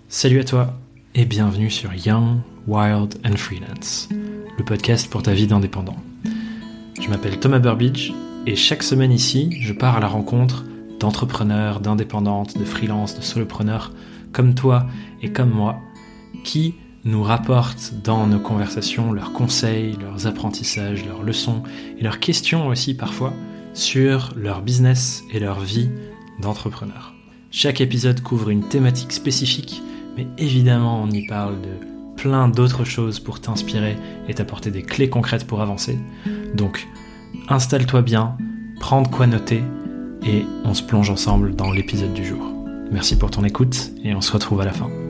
Salut à toi et bienvenue sur Young, Wild and Freelance, le podcast pour ta vie d'indépendant. Je m'appelle Thomas Burbidge et chaque semaine ici, je pars à la rencontre d'entrepreneurs, d'indépendantes, de freelance, de solopreneurs comme toi et comme moi qui nous rapportent dans nos conversations leurs conseils, leurs apprentissages, leurs leçons et leurs questions aussi parfois sur leur business et leur vie d'entrepreneur. Chaque épisode couvre une thématique spécifique, mais évidemment on y parle de plein d'autres choses pour t'inspirer et t'apporter des clés concrètes pour avancer. Donc installe-toi bien, prends de quoi noter et on se plonge ensemble dans l'épisode du jour. Merci pour ton écoute et on se retrouve à la fin.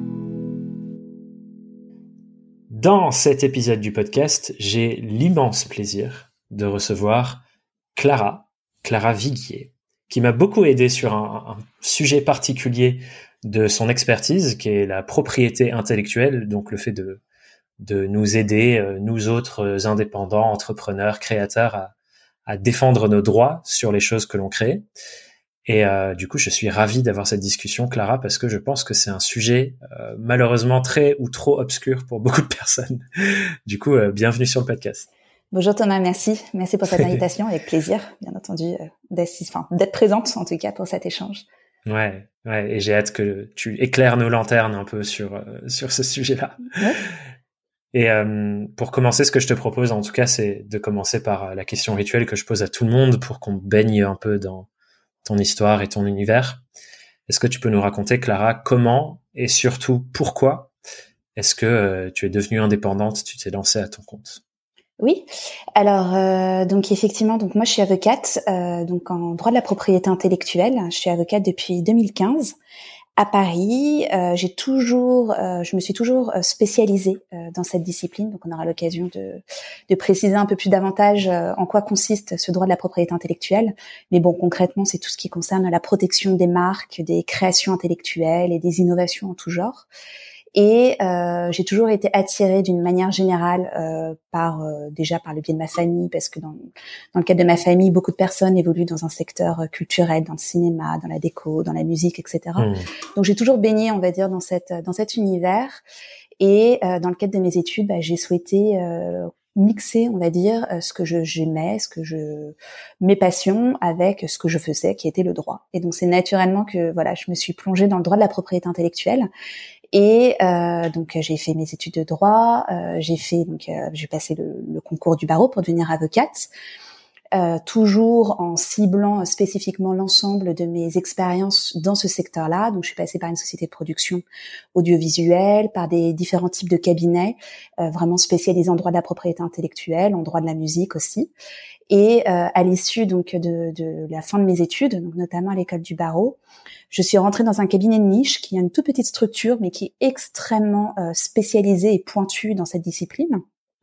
Dans cet épisode du podcast, j'ai l'immense plaisir de recevoir Clara Viguier, qui m'a beaucoup aidé sur un sujet particulier de son expertise, qui est la propriété intellectuelle, donc le fait de nous aider, nous autres indépendants, entrepreneurs, créateurs, à défendre nos droits sur les choses que l'on crée. Et du coup, je suis ravi d'avoir cette discussion, Clara, parce que je pense que c'est un sujet malheureusement très ou trop obscur pour beaucoup de personnes. Du coup, bienvenue sur le podcast. Bonjour Thomas, merci pour cette invitation, avec plaisir, bien entendu, d'être présente en tout cas pour cet échange. Ouais, et j'ai hâte que tu éclaires nos lanternes un peu sur ce sujet-là. Ouais. Et pour commencer, ce que je te propose, en tout cas, c'est de commencer par la question rituelle que je pose à tout le monde pour qu'on baigne un peu dans ton histoire et ton univers. Est-ce que tu peux nous raconter, Clara, comment et surtout pourquoi est-ce que tu es devenue indépendante, tu t'es lancée à ton compte? Oui, alors donc effectivement, donc moi je suis avocate donc en droit de la propriété intellectuelle. Je suis avocate depuis 2015 à Paris. Je me suis toujours spécialisée dans cette discipline. Donc on aura l'occasion de préciser un peu plus davantage en quoi consiste ce droit de la propriété intellectuelle. Mais bon, concrètement, c'est tout ce qui concerne la protection des marques, des créations intellectuelles et des innovations en tout genre. Et j'ai toujours été attirée d'une manière générale déjà par le biais de ma famille, parce que dans le cadre de ma famille, beaucoup de personnes évoluent dans un secteur culturel, dans le cinéma, dans la déco, dans la musique, etc. Donc j'ai toujours baigné, on va dire, dans cet univers. Et dans le cadre de mes études, j'ai souhaité mixer, on va dire, ce que j'aimais, mes passions avec ce que je faisais, qui était le droit. Et donc c'est naturellement que je me suis plongée dans le droit de la propriété intellectuelle. Et donc j'ai fait mes études de droit, j'ai passé le concours du barreau pour devenir avocate, toujours en ciblant spécifiquement l'ensemble de mes expériences dans ce secteur-là. Donc je suis passée par une société de production audiovisuelle, par des différents types de cabinets, vraiment spécialisés en droit de la propriété intellectuelle, en droit de la musique aussi. Et à l'issue donc de la fin de mes études, donc notamment à l'école du barreau, je suis rentrée dans un cabinet de niche qui a une toute petite structure, mais qui est extrêmement spécialisée et pointue dans cette discipline.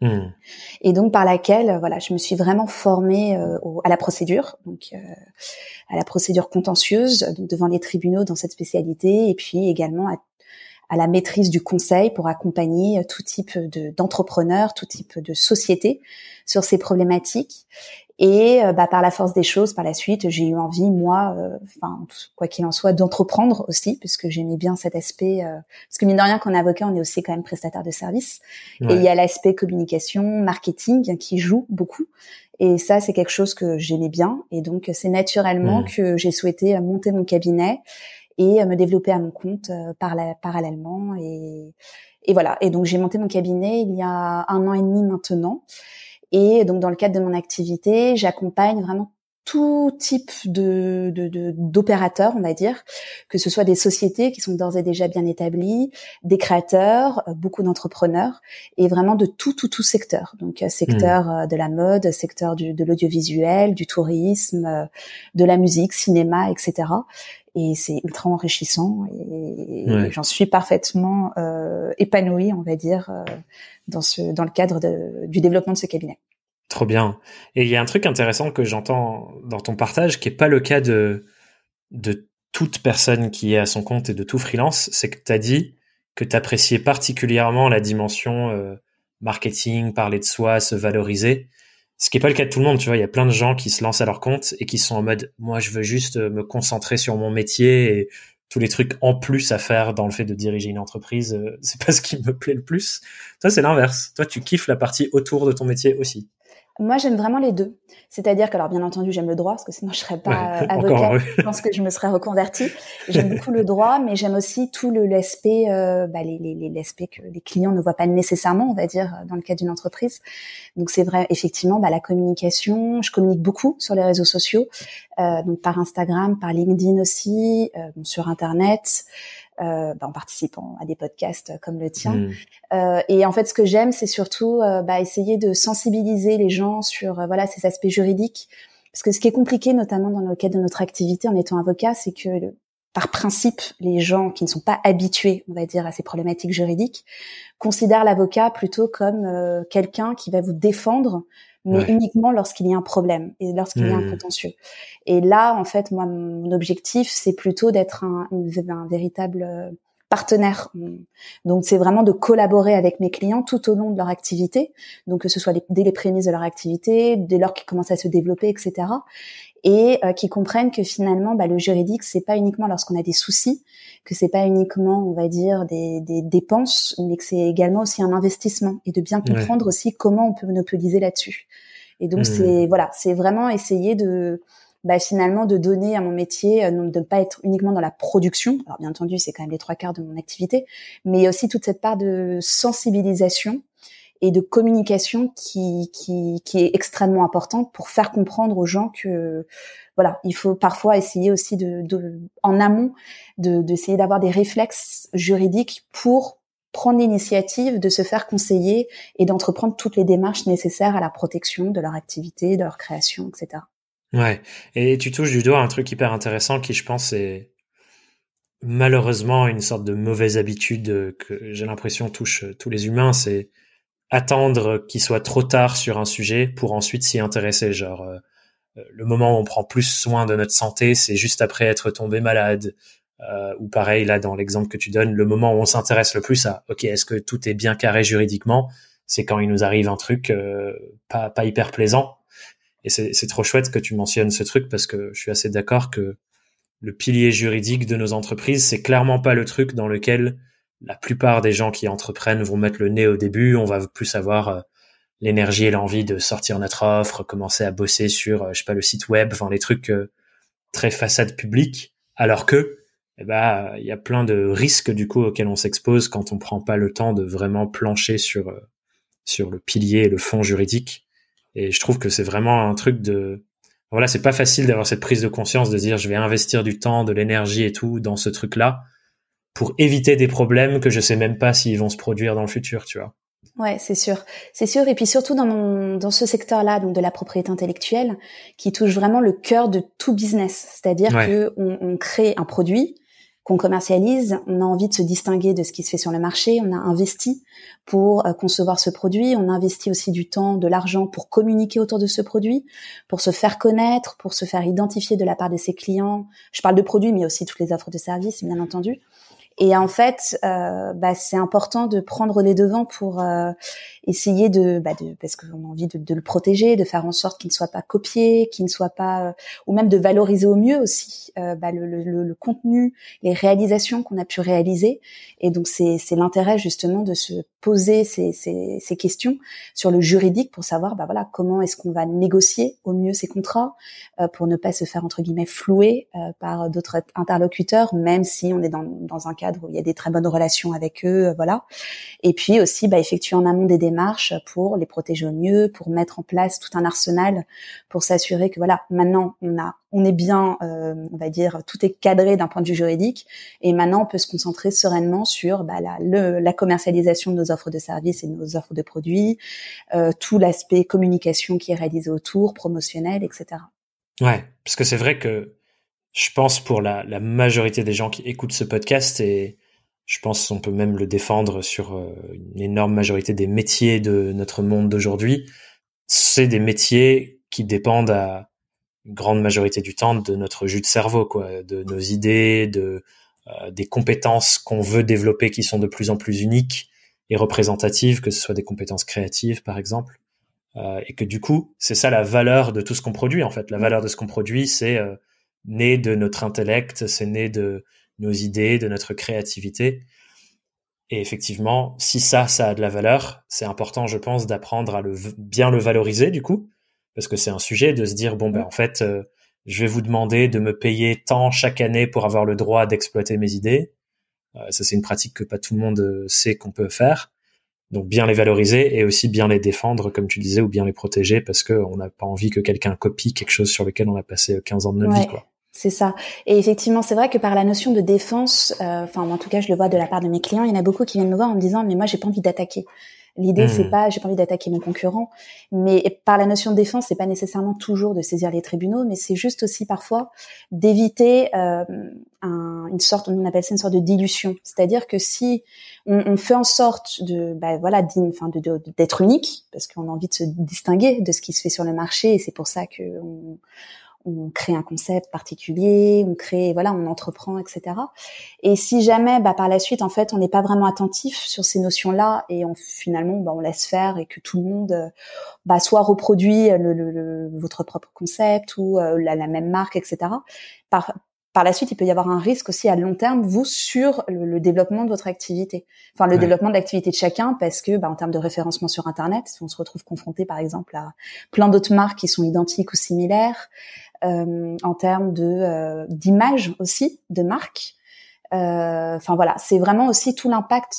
Et donc par laquelle je me suis vraiment formée à la procédure, donc à la procédure contentieuse, donc devant les tribunaux dans cette spécialité, et puis également à la maîtrise du conseil pour accompagner tout type d'entrepreneurs, tout type de sociétés sur ces problématiques. Et par la force des choses, par la suite, j'ai eu envie, moi, quoi qu'il en soit, d'entreprendre aussi, puisque j'aimais bien cet aspect. Parce que mine de rien, quand on est avocat, on est aussi quand même prestataire de services. Ouais. Et il y a l'aspect communication, marketing qui joue beaucoup. Et ça, c'est quelque chose que j'aimais bien. Et donc, c'est naturellement que j'ai souhaité monter mon cabinet et me développer à mon compte parallèlement. Et voilà. Et donc, j'ai monté mon cabinet il y a 1 an et demi maintenant. Et donc, dans le cadre de mon activité, j'accompagne vraiment tout type d'opérateurs, on va dire, que ce soit des sociétés qui sont d'ores et déjà bien établies, des créateurs, beaucoup d'entrepreneurs, et vraiment de tout secteur. Donc, secteur de la mode, secteur de l'audiovisuel, du tourisme, de la musique, cinéma, etc. Et c'est ultra enrichissant et j'en suis parfaitement épanouie, on va dire, dans le cadre du développement de ce cabinet. Trop bien. Et il y a un truc intéressant que j'entends dans ton partage, qui est pas le cas de toute personne qui est à son compte et de tout freelance, c'est que tu as dit que tu appréciais particulièrement la dimension marketing, parler de soi, se valoriser. Ce qui est pas le cas de tout le monde, tu vois. Il y a plein de gens qui se lancent à leur compte et qui sont en mode, moi, je veux juste me concentrer sur mon métier et tous les trucs en plus à faire dans le fait de diriger une entreprise, c'est pas ce qui me plaît le plus. Toi, c'est l'inverse. Toi, tu kiffes la partie autour de ton métier aussi. Moi, j'aime vraiment les deux. C'est-à-dire que, alors, bien entendu, j'aime le droit, parce que sinon je serais pas avocate. Je pense que je me serais reconvertie. J'aime beaucoup le droit, mais j'aime aussi tout l'aspect, l'aspect que les clients ne voient pas nécessairement, on va dire, dans le cadre d'une entreprise. Donc, c'est vrai, effectivement, la communication. Je communique beaucoup sur les réseaux sociaux, donc par Instagram, par LinkedIn aussi, sur Internet. En participant à des podcasts comme le tien. Et en fait, ce que j'aime, c'est surtout essayer de sensibiliser les gens sur ces aspects juridiques. Parce que ce qui est compliqué, notamment dans le cadre de notre activité en étant avocat, c'est que par principe, les gens qui ne sont pas habitués, on va dire, à ces problématiques juridiques, considèrent l'avocat plutôt comme quelqu'un qui va vous défendre, mais uniquement lorsqu'il y a un problème et lorsqu'il y a un contentieux. Et là, en fait, moi, mon objectif, c'est plutôt d'être un véritable partenaire. Donc, c'est vraiment de collaborer avec mes clients tout au long de leur activité. Donc, que ce soit dès les prémices de leur activité, dès lors qu'ils commencent à se développer, etc. Et qui comprennent que finalement, le juridique, c'est pas uniquement lorsqu'on a des soucis, que c'est pas uniquement, on va dire, des dépenses, mais que c'est également aussi un investissement et de bien comprendre aussi comment on peut monopoliser là-dessus. Et donc c'est vraiment essayer de finalement de donner à mon métier, de ne pas être uniquement dans la production. Alors bien entendu, c'est quand même les 3/4 de mon activité, mais aussi toute cette part de sensibilisation et de communication qui est extrêmement importante pour faire comprendre aux gens que il faut parfois essayer aussi en amont d'essayer d'avoir des réflexes juridiques pour prendre l'initiative de se faire conseiller et d'entreprendre toutes les démarches nécessaires à la protection de leur activité, de leur création, etc. Ouais. Et tu touches du doigt un truc hyper intéressant qui, je pense, est malheureusement une sorte de mauvaise habitude que j'ai l'impression touche tous les humains, c'est attendre qu'il soit trop tard sur un sujet pour ensuite s'y intéresser. Genre, le moment où on prend plus soin de notre santé, c'est juste après être tombé malade. Ou pareil, là, dans l'exemple que tu donnes, le moment où on s'intéresse le plus à, ok, est-ce que tout est bien carré juridiquement? C'est quand il nous arrive un truc pas hyper plaisant. Et c'est trop chouette que tu mentionnes ce truc parce que je suis assez d'accord que le pilier juridique de nos entreprises, c'est clairement pas le truc dans lequel la plupart des gens qui entreprennent vont mettre le nez au début. On va plus avoir l'énergie et l'envie de sortir notre offre, commencer à bosser sur, le site web, enfin les trucs très façade publique. Alors que, il y a plein de risques du coup auxquels on s'expose quand on prend pas le temps de vraiment plancher sur le pilier et le fond juridique. Et je trouve que c'est vraiment un truc c'est pas facile d'avoir cette prise de conscience de dire je vais investir du temps, de l'énergie et tout dans ce truc-là pour éviter des problèmes que je sais même pas s'ils vont se produire dans le futur, tu vois. Ouais, c'est sûr. C'est sûr. Et puis surtout dans ce secteur-là, donc de la propriété intellectuelle, qui touche vraiment le cœur de tout business. C'est-à-dire que on crée un produit qu'on commercialise, on a envie de se distinguer de ce qui se fait sur le marché, on a investi pour concevoir ce produit, on a investi aussi du temps, de l'argent pour communiquer autour de ce produit, pour se faire connaître, pour se faire identifier de la part de ses clients. Je parle de produits, mais aussi toutes les offres de services, bien entendu. Et en fait, c'est important de prendre les devants pour essayer parce qu'on a envie de le protéger, de faire en sorte qu'il ne soit pas copié, qu'il ne soit pas, ou même de valoriser au mieux aussi le contenu, les réalisations qu'on a pu réaliser. Et donc c'est l'intérêt justement de se poser ces questions sur le juridique pour savoir comment est-ce qu'on va négocier au mieux ces contrats pour ne pas se faire entre guillemets flouer par d'autres interlocuteurs, même si on est dans un cadre où il y a des très bonnes relations avec eux, Et puis aussi effectuer en amont des démarches pour les protéger au mieux, pour mettre en place tout un arsenal pour s'assurer que maintenant on est bien, on va dire tout est cadré d'un point de vue juridique, et maintenant on peut se concentrer sereinement sur la commercialisation de nos offres de services et de nos offres de produits, tout l'aspect communication qui est réalisé autour, promotionnel, etc. Ouais, parce que c'est vrai que je pense pour la majorité des gens qui écoutent ce podcast, et je pense qu'on peut même le défendre sur une énorme majorité des métiers de notre monde d'aujourd'hui, c'est des métiers qui dépendent à une grande majorité du temps de notre jus de cerveau, quoi, de nos idées, des compétences qu'on veut développer qui sont de plus en plus uniques et représentatives, que ce soit des compétences créatives par exemple, et que du coup c'est ça la valeur de tout ce qu'on produit en fait. La valeur de ce qu'on produit, c'est né de notre intellect, c'est né de nos idées, de notre créativité. Et effectivement, si ça a de la valeur, c'est important, je pense, d'apprendre à bien le valoriser, du coup, parce que c'est un sujet de se dire, bon, ben, en fait, je vais vous demander de me payer tant chaque année pour avoir le droit d'exploiter mes idées. Ça, c'est une pratique que pas tout le monde sait qu'on peut faire. Donc, bien les valoriser et aussi bien les défendre, comme tu disais, ou bien les protéger, parce que on n'a pas envie que quelqu'un copie quelque chose sur lequel on a passé 15 ans de notre vie, quoi. C'est ça. Et effectivement, c'est vrai que par la notion de défense, enfin, en tout cas, je le vois de la part de mes clients, il y en a beaucoup qui viennent me voir en me disant, mais moi, j'ai pas envie d'attaquer. L'idée, c'est pas, j'ai pas envie d'attaquer mon concurrent, mais par la notion de défense, c'est pas nécessairement toujours de saisir les tribunaux, mais c'est juste aussi parfois d'éviter une sorte, on appelle ça une sorte de dilution. C'est-à-dire que si on fait en sorte de, voilà, d'être unique, parce qu'on a envie de se distinguer de ce qui se fait sur le marché, et c'est pour ça que on crée un concept particulier, on entreprend, etc. Et si jamais, par la suite, en fait, on n'est pas vraiment attentif sur ces notions-là et finalement, on laisse faire et que tout le monde, soit reproduit votre propre concept ou la même marque, etc. Par la suite, il peut y avoir un risque aussi à long terme, vous, sur le développement de votre activité. Enfin, le développement de l'activité de chacun, parce que, en termes de référencement sur Internet, si on se retrouve confronté, par exemple, à plein d'autres marques qui sont identiques ou similaires, en termes d'image aussi, de marque. C'est vraiment aussi tout l'impact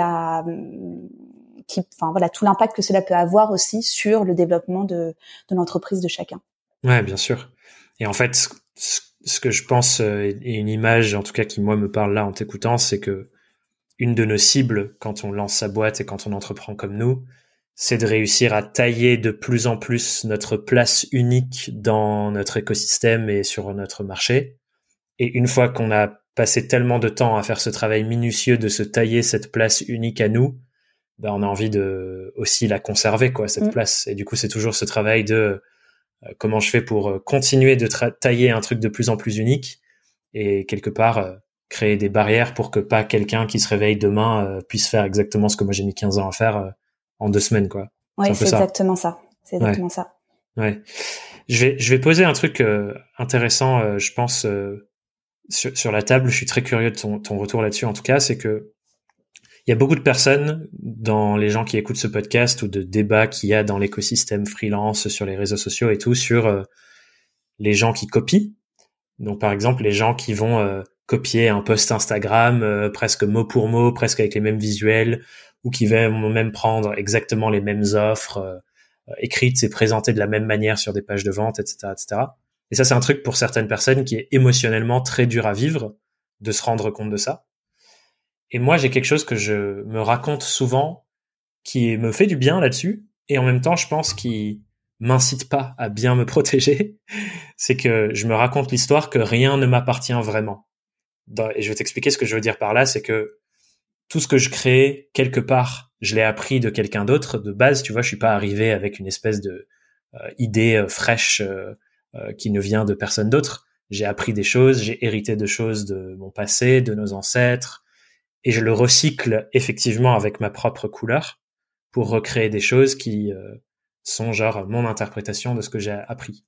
tout l'impact que cela peut avoir aussi sur le développement de l'entreprise de chacun. Ouais, bien sûr. Et en fait, ce que je pense, et une image, en tout cas, qui moi me parle là en t'écoutant, c'est que une de nos cibles quand on lance sa boîte et quand on entreprend comme nous, c'est de réussir à tailler de plus en plus notre place unique dans notre écosystème et sur notre marché. Et une fois qu'on a passé tellement de temps à faire ce travail minutieux de se tailler cette place unique à nous, on a envie de aussi la conserver, quoi, cette place. Et du coup, c'est toujours ce travail de comment je fais pour continuer de tailler un truc de plus en plus unique et quelque part créer des barrières pour que pas quelqu'un qui se réveille demain puisse faire exactement ce que moi j'ai mis 15 ans à faire en 2 semaines, quoi. Ouais, c'est exactement ça. C'est exactement ça. Ouais. Je vais poser un truc intéressant, je pense, sur la table. Je suis très curieux de ton retour là-dessus. En tout cas, c'est que il y a beaucoup de personnes dans les gens qui écoutent ce podcast ou de débats qu'il y a dans l'écosystème freelance sur les réseaux sociaux et tout sur les gens qui copient. Donc, par exemple, les gens qui vont copier un post Instagram presque mot pour mot, presque avec les mêmes visuels, ou qui vont même prendre exactement les mêmes offres écrites et présentées de la même manière sur des pages de vente, etc., etc. Et ça, c'est un truc pour certaines personnes qui est émotionnellement très dur à vivre, de se rendre compte de ça. Et moi, j'ai quelque chose que je me raconte souvent qui me fait du bien là-dessus, et en même temps, je pense qui m'incite pas à bien me protéger. C'est que je me raconte l'histoire que rien ne m'appartient vraiment. Et je vais t'expliquer ce que je veux dire par là, c'est que tout ce que je crée, quelque part, je l'ai appris de quelqu'un d'autre. De base, tu vois, je suis pas arrivé avec une espèce de idée fraîche qui ne vient de personne d'autre. J'ai appris des choses, j'ai hérité de choses de mon passé, de nos ancêtres, et je le recycle effectivement avec ma propre couleur pour recréer des choses qui sont genre mon interprétation de ce que j'ai appris.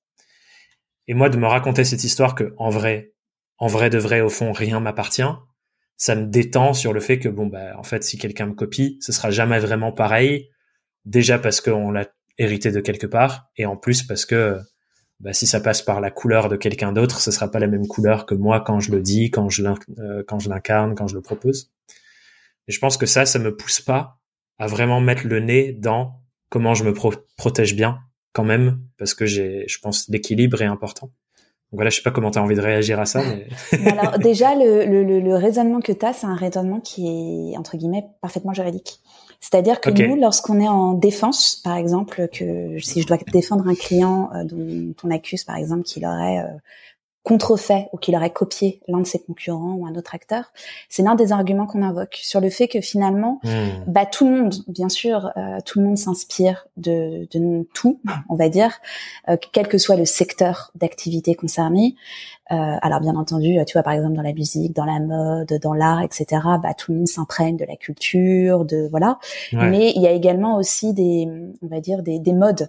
Et moi, de me raconter cette histoire que, en vrai de vrai, au fond, rien m'appartient, ça me détend sur le fait que, en fait, si quelqu'un me copie, ce sera jamais vraiment pareil. Déjà parce qu'on l'a hérité de quelque part, et en plus parce que, si ça passe par la couleur de quelqu'un d'autre, ce sera pas la même couleur que moi quand je le dis, quand je l'incarne, quand je le propose. Et je pense que ça me pousse pas à vraiment mettre le nez dans comment je me protège bien, quand même, parce que je pense l'équilibre est important. Donc voilà, je sais pas comment tu as envie de réagir à ça, mais... Alors déjà, le raisonnement que tu as, c'est un raisonnement qui est, entre guillemets, parfaitement juridique. C'est-à-dire que nous, lorsqu'on est en défense, par exemple, que si je dois défendre un client dont on accuse, par exemple, qu'il aurait contrefait ou qu'il aurait copié l'un de ses concurrents ou un autre acteur, c'est l'un des arguments qu'on invoque sur le fait que finalement, tout le monde, bien sûr, tout le monde s'inspire de tout, on va dire, quel que soit le secteur d'activité concerné. Alors bien entendu, tu vois, par exemple dans la musique, dans la mode, dans l'art, etc. Tout le monde s'imprègne de la culture, voilà. Ouais. Mais il y a également aussi des modes.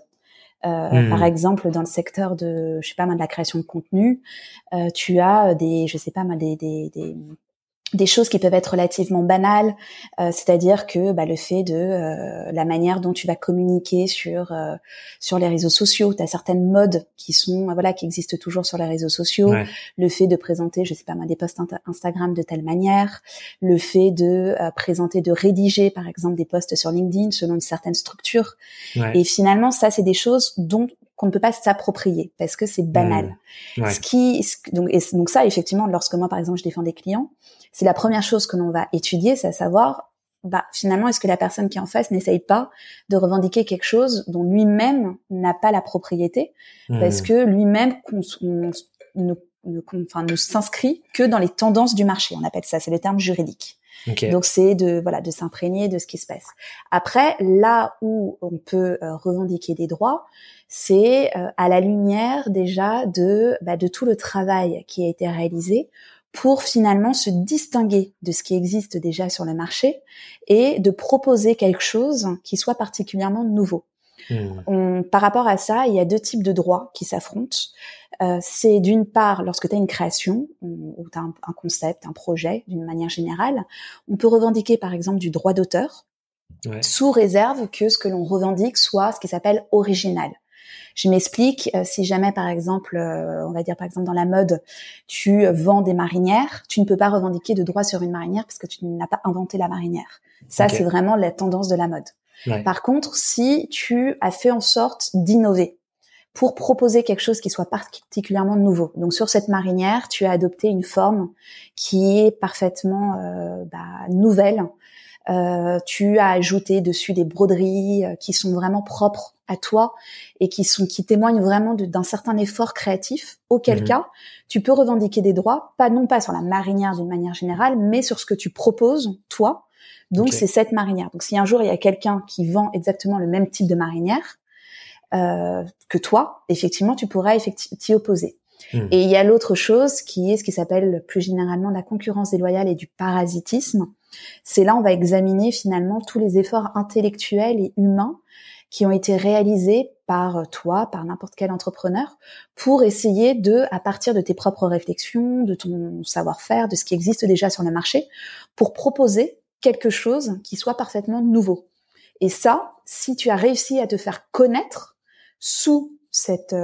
Par exemple, dans le secteur de, de la création de contenu, tu as des des choses qui peuvent être relativement banales, c'est-à-dire que le fait de la manière dont tu vas communiquer sur les réseaux sociaux, tu as certaines modes qui sont qui existent toujours sur les réseaux sociaux, Ouais. le fait de présenter, je sais pas moi, des posts Instagram de telle manière, le fait de présenter, de rédiger par exemple des posts sur LinkedIn selon une certaine structure. Ouais. Et finalement, ça c'est des choses qu'on ne peut pas s'approprier parce que c'est banal. Ouais. Donc ça, effectivement, lorsque moi, par exemple, je défends des clients, c'est la première chose que l'on va étudier, c'est à savoir, finalement, est-ce que la personne qui est en face n'essaye pas de revendiquer quelque chose dont lui-même n'a pas la propriété, parce que lui-même ne s'inscrit que dans les tendances du marché. On appelle ça, c'est le terme juridique. Okay. Donc c'est de s'imprégner de ce qui se passe. Après, là où on peut revendiquer des droits, c'est à la lumière déjà de tout le travail qui a été réalisé pour finalement se distinguer de ce qui existe déjà sur le marché et de proposer quelque chose qui soit particulièrement nouveau. Par rapport à ça, il y a deux types de droits qui s'affrontent. C'est d'une part, lorsque tu as une création ou tu as un concept, un projet d'une manière générale, on peut revendiquer par exemple du droit d'auteur, sous réserve que ce que l'on revendique soit ce qui s'appelle original. Je m'explique, si jamais par exemple, on va dire par exemple dans la mode, tu vends des marinières, tu ne peux pas revendiquer de droit sur une marinière parce que tu n'as pas inventé la marinière. Ça, c'est vraiment la tendance de la mode. Ouais. Par contre, si tu as fait en sorte d'innover pour proposer quelque chose qui soit particulièrement nouveau, donc sur cette marinière, tu as adopté une forme qui est parfaitement nouvelle. Tu as ajouté dessus des broderies qui sont vraiment propres à toi et qui témoignent vraiment d'un certain effort créatif, auquel cas tu peux revendiquer des droits, non pas sur la marinière d'une manière générale, mais sur ce que tu proposes toi. Donc c'est cette marinière. Donc si un jour il y a quelqu'un qui vend exactement le même type de marinière que toi, effectivement tu pourras t'y opposer. Et il y a l'autre chose qui est ce qui s'appelle plus généralement la concurrence déloyale et du parasitisme. C'est là on va examiner finalement tous les efforts intellectuels et humains qui ont été réalisés par toi, par n'importe quel entrepreneur, pour essayer à partir de tes propres réflexions, de ton savoir-faire, de ce qui existe déjà sur le marché, pour proposer quelque chose qui soit parfaitement nouveau. Et ça, si tu as réussi à te faire connaître sous cette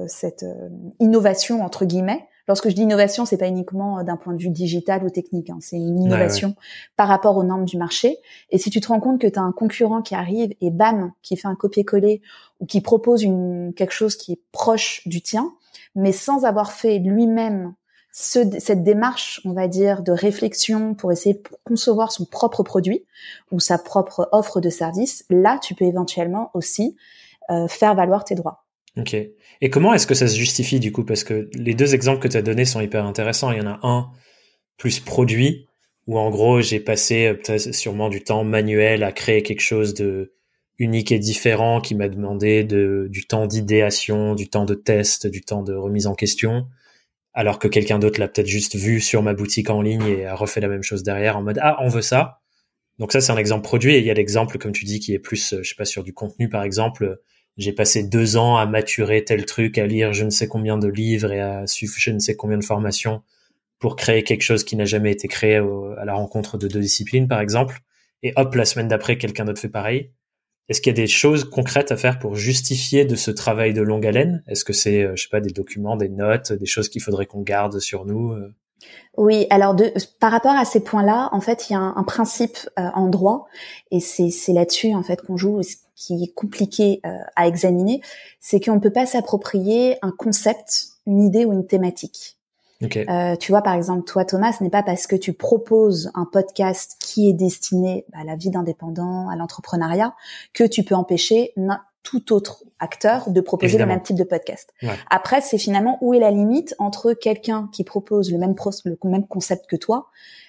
innovation entre guillemets. Lorsque je dis innovation, c'est pas uniquement d'un point de vue digital ou technique, c'est une innovation par rapport aux normes du marché. Et si tu te rends compte que tu as un concurrent qui arrive et bam, qui fait un copier-coller ou qui propose quelque chose qui est proche du tien, mais sans avoir fait lui-même cette démarche, on va dire, de réflexion pour essayer de concevoir son propre produit ou sa propre offre de service, là, tu peux éventuellement aussi faire valoir tes droits. Ok. Et comment est-ce que ça se justifie du coup? Parce que les deux exemples que tu as donnés sont hyper intéressants. Il y en a un plus produit, où en gros j'ai passé sûrement du temps manuel à créer quelque chose de unique et différent qui m'a demandé du temps d'idéation, du temps de test, du temps de remise en question, alors que quelqu'un d'autre l'a peut-être juste vu sur ma boutique en ligne et a refait la même chose derrière en mode « Ah, on veut ça ». Donc ça, c'est un exemple produit. Et il y a l'exemple, comme tu dis, qui est plus, je sais pas, sur du contenu par exemple. J'ai passé 2 ans à maturer tel truc, à lire je ne sais combien de livres et à suivre je ne sais combien de formations pour créer quelque chose qui n'a jamais été créé à la rencontre de 2 disciplines, par exemple. Et hop, la semaine d'après, quelqu'un d'autre fait pareil. Est-ce qu'il y a des choses concrètes à faire pour justifier de ce travail de longue haleine? Est-ce que c'est, je sais pas, des documents, des notes, des choses qu'il faudrait qu'on garde sur nous? Oui, alors par rapport à ces points-là, en fait, il y a un principe en droit, et c'est là-dessus en fait qu'on joue, ce qui est compliqué à examiner, c'est qu'on ne peut pas s'approprier un concept, une idée ou une thématique. Okay. Tu vois, par exemple, toi, Thomas, ce n'est pas parce que tu proposes un podcast qui est destiné à la vie d'indépendant, à l'entrepreneuriat, que tu peux empêcher tout autre acteur de proposer le même type de podcast. Ouais. Après, c'est finalement où est la limite entre quelqu'un qui propose le même concept que toi